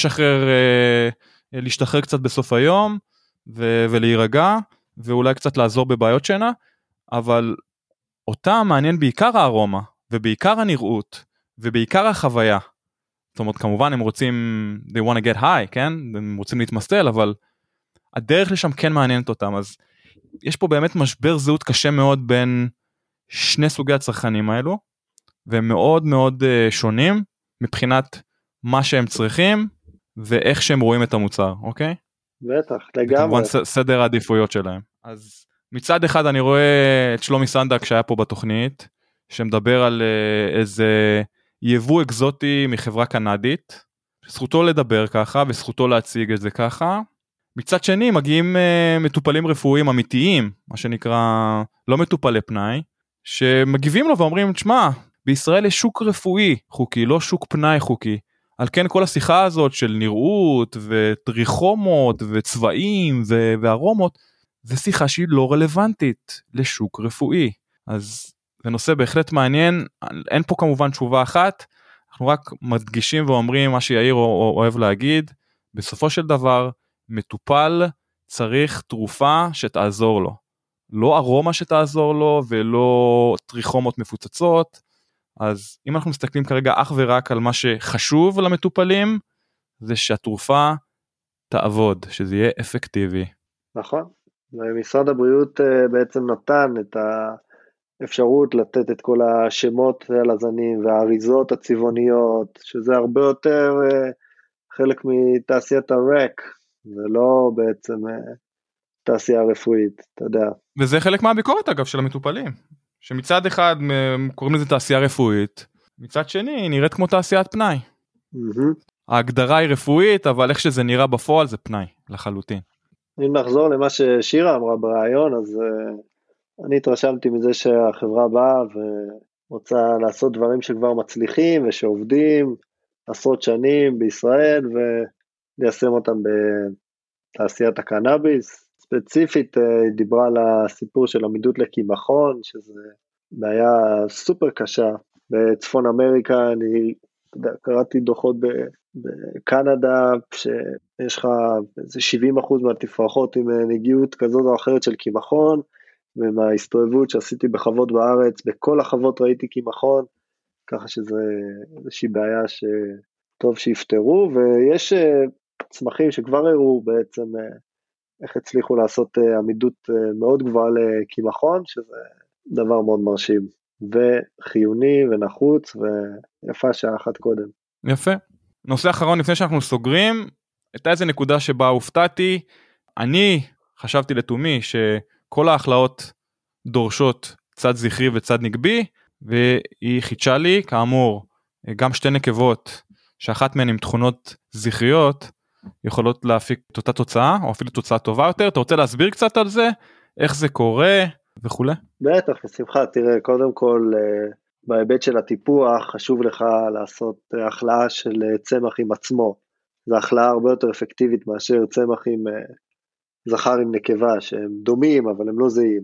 להשתחרר קצת בסוף היום, ולהירגע, ואולי קצת לעזור בבעיות שינה, אבל אותם מעניין בעיקר הארומה, ובעיקר הנראות, ובעיקר החוויה. זאת אומרת, כמובן הם רוצים, they want to get high, כן? הם רוצים להתמסטל, אבל הדרך לשם כן מעניינת אותם, אז יש פה באמת משבר זהות קשה מאוד בין שני סוגי הצרכנים האלו, והם מאוד מאוד שונים, מבחינת מה שהם צריכים, ואיך שהם רואים את המוצר, אוקיי? בטח, לגמרי. וכמובן סדר העדיפויות שלהם. אז מצד אחד אני רואה את שלומי סנדק שהיה פה בתוכנית, שמדבר על איזה יבוא אקזוטי מחברה קנדית, זכותו לדבר ככה, וזכותו להציג את זה ככה. מצד שני מגיעים מטופלים רפואיים אמיתיים, מה שנקרא לא מטופלי פנאי, שמגיבים לו ואומרים, תשמע, בישראל יש שוק רפואי חוקי, לא שוק פנאי חוקי. על כן כל השיחה הזאת של נראות וטריכומות וצבעים וארומות, זה שיחה שהיא לא רלוונטית לשוק רפואי. אז זה נושא בהחלט מעניין, אין פה כמובן תשובה אחת, אנחנו רק מדגישים ואומרים מה שיאיר אוהב להגיד, בסופו של דבר מטופל צריך תרופה שתעזור לו, לא ארומה שתעזור לו ולא טריכומות מפוצצות. אז אם אנחנו מסתכלים כרגע אך ורק על מה שחשוב למטופלים, זה שהתרופה תעבוד, שזה יהיה אפקטיבי. נכון, ומשרד הבריאות בעצם נתן את האפשרות לתת את כל השמות על הזנים והאריזות הצבעוניות, שזה הרבה יותר חלק מתעשיית הרק, ולא בעצם תעשייה רפואית, אתה יודע. וזה חלק מהביקורת אגב של המטופלים, שמצד אחד קוראים לזה תעשייה רפואית, מצד שני היא נראית כמו תעשיית פנאי. ההגדרה היא רפואית, אבל איך שזה נראה בפועל זה פנאי, לחלוטין. אם נחזור למה ששירה אמרה ברעיון, אז אני התרשמתי מזה שהחברה באה רוצה לעשות דברים שכבר מצליחים ושעובדים עשרות שנים בישראל וליישם אותם בתעשיית הקנאביס. ספציפית דיברה על הסיפור של עמידות לקמחון, שזה בעיה סופר קשה בצפון אמריקה. אני קראתי דוחות בקנדה שיש לך 70% מהתפרחות עם נגיעות כזאת או אחרת של קמחון, ומההסתובבות שעשיתי בחוות בארץ, בכל החוות ראיתי קמחון, ככה שזה איזושהי בעיה שטוב שיפתרו, ויש צמחים שכבר הראו בעצם איך הצליחו לעשות עמידות מאוד גבוהה לקמחון, שזה דבר מאוד מרשים, וחיוני ונחוץ, ויפה שעה אחת קודם. יפה. נושא אחרון לפני שאנחנו סוגרים, הייתה איזה נקודה שבה הופתעתי, אני חשבתי לתומי שכל ההכלאות דורשות צד זכרי וצד נקבי, והיא חידשה לי, כאמור, גם שתי נקבות, שאחת מהן עם תכונות זכריות, יכולות להפיק את אותה תוצאה, או אפילו תוצאה טובה יותר. אתה רוצה להסביר קצת על זה? איך זה קורה וכו'? בטח, בשמחה. תראה, קודם כל, בהיבט של הטיפוח, חשוב לך לעשות החלאה של צמח עם עצמו. זו החלאה הרבה יותר אפקטיבית מאשר צמח עם זכר עם נקבה, שהם דומים, אבל הם לא זהים.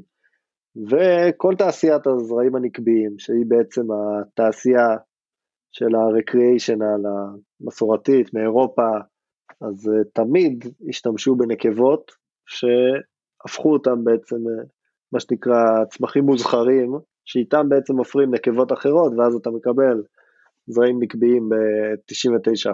וכל תעשיית הזרעים הנקביים, שהיא בעצם התעשייה של הרקריאיישנל המסורתית מאירופה, אז תמיד השתמשו בנקבות שהפכו אותם בעצם מה שנקרא צמחים מוזכרים, שאיתם בעצם מפרים נקבות אחרות, ואז אתה מקבל זרעים נקביים ב-99%.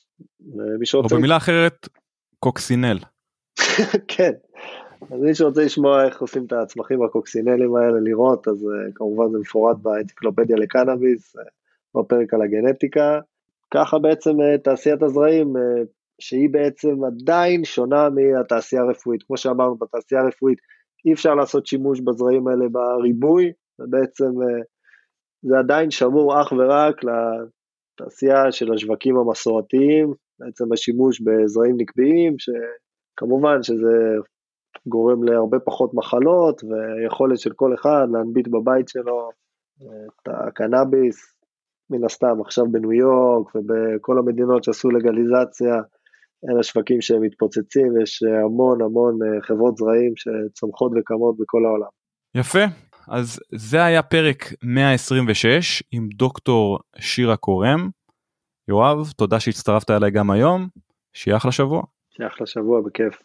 או במילה אחרת, קוקסינל. כן, אז מי שרוצה לשמוע איך עושים את הצמחים הקוקסינלים האלה לראות, אז כמובן זה מפורט באנציקלופדיה לקנאביס, בפרק על הגנטיקה. ככה בעצם תעשיית הזרעים, שהיא בעצם עדיין שונה מהתעשייה הרפואית. כמו שאמרנו, בתעשייה הרפואית אי אפשר לעשות שימוש בזרעים האלה בריבוי, ובעצם זה עדיין שמור אך ורק לתעשייה של השווקים המסורתיים, בעצם השימוש בזרעים נקביים, שכמובן שזה גורם להרבה פחות מחלות, ויכולת של כל אחד להנביט בבית שלו את הקנאביס, מן הסתם עכשיו בניו יורק ובכל המדינות שעשו לגליזציה, אלה שווקים שהם מתפוצצים, יש המון חברות זרעים שצומחות וקמות בכל העולם. יפה, אז זה היה פרק 126 עם דוקטור שירה קורם. יואב, תודה שהצטרפת אליי גם היום, שיהיה אחלה שבוע. שיהיה אחלה שבוע, בכיף.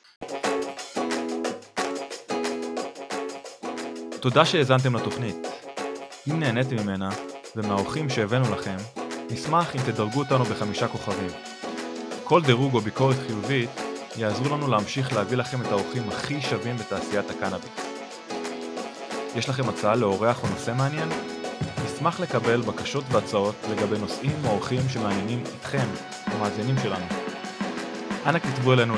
תודה שהאזנתם לתוכנית. אם נהניתם ממנה ומהאורחים שהבאנו לכם, נשמח אם תדרגו אותנו ב5 כוכבים. כל דירוג או ביקורת חיובית יעזרו לנו להמשיך להביא לכם את האורחים הכי שווים בתעשיית הקנאביס. יש לכם הצעה לאורח או נושא מעניין? נשמח לקבל בקשות והצעות לגבי נושאים או אורחים שמעניינים אתכם, המאזינים שלנו. אנא כתבו אלינו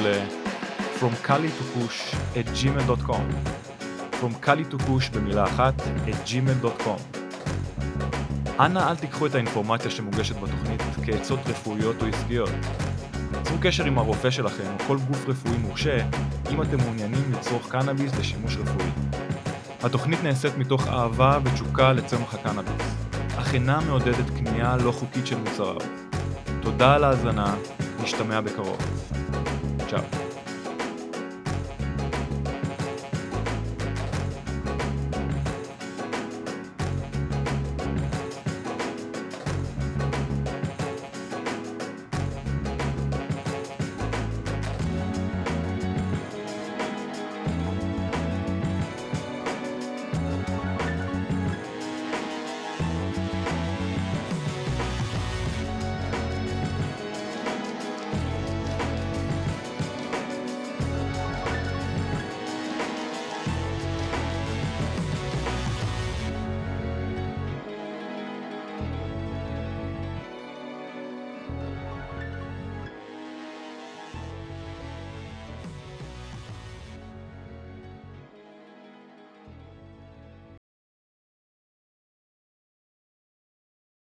fromcali2push@gmail.com fromcali2push במילה אחת @gmail.com. אנא אל תיקחו את האינפורמציה שמוגשת בתוכנית כעצות רפואיות או עסקיות. צרו קשר עם הרופא שלכם או כל גוף רפואי מורשה אם אתם מעוניינים לצרוך קנאביס לשימוש רפואי. התוכנית נעשית מתוך אהבה ותשוקה לצמח הקנאביס, אך אינה מעודדת קנייה לא חוקית של מוצריו. תודה על ההאזנה, נשתמע בקרוב. צ'או.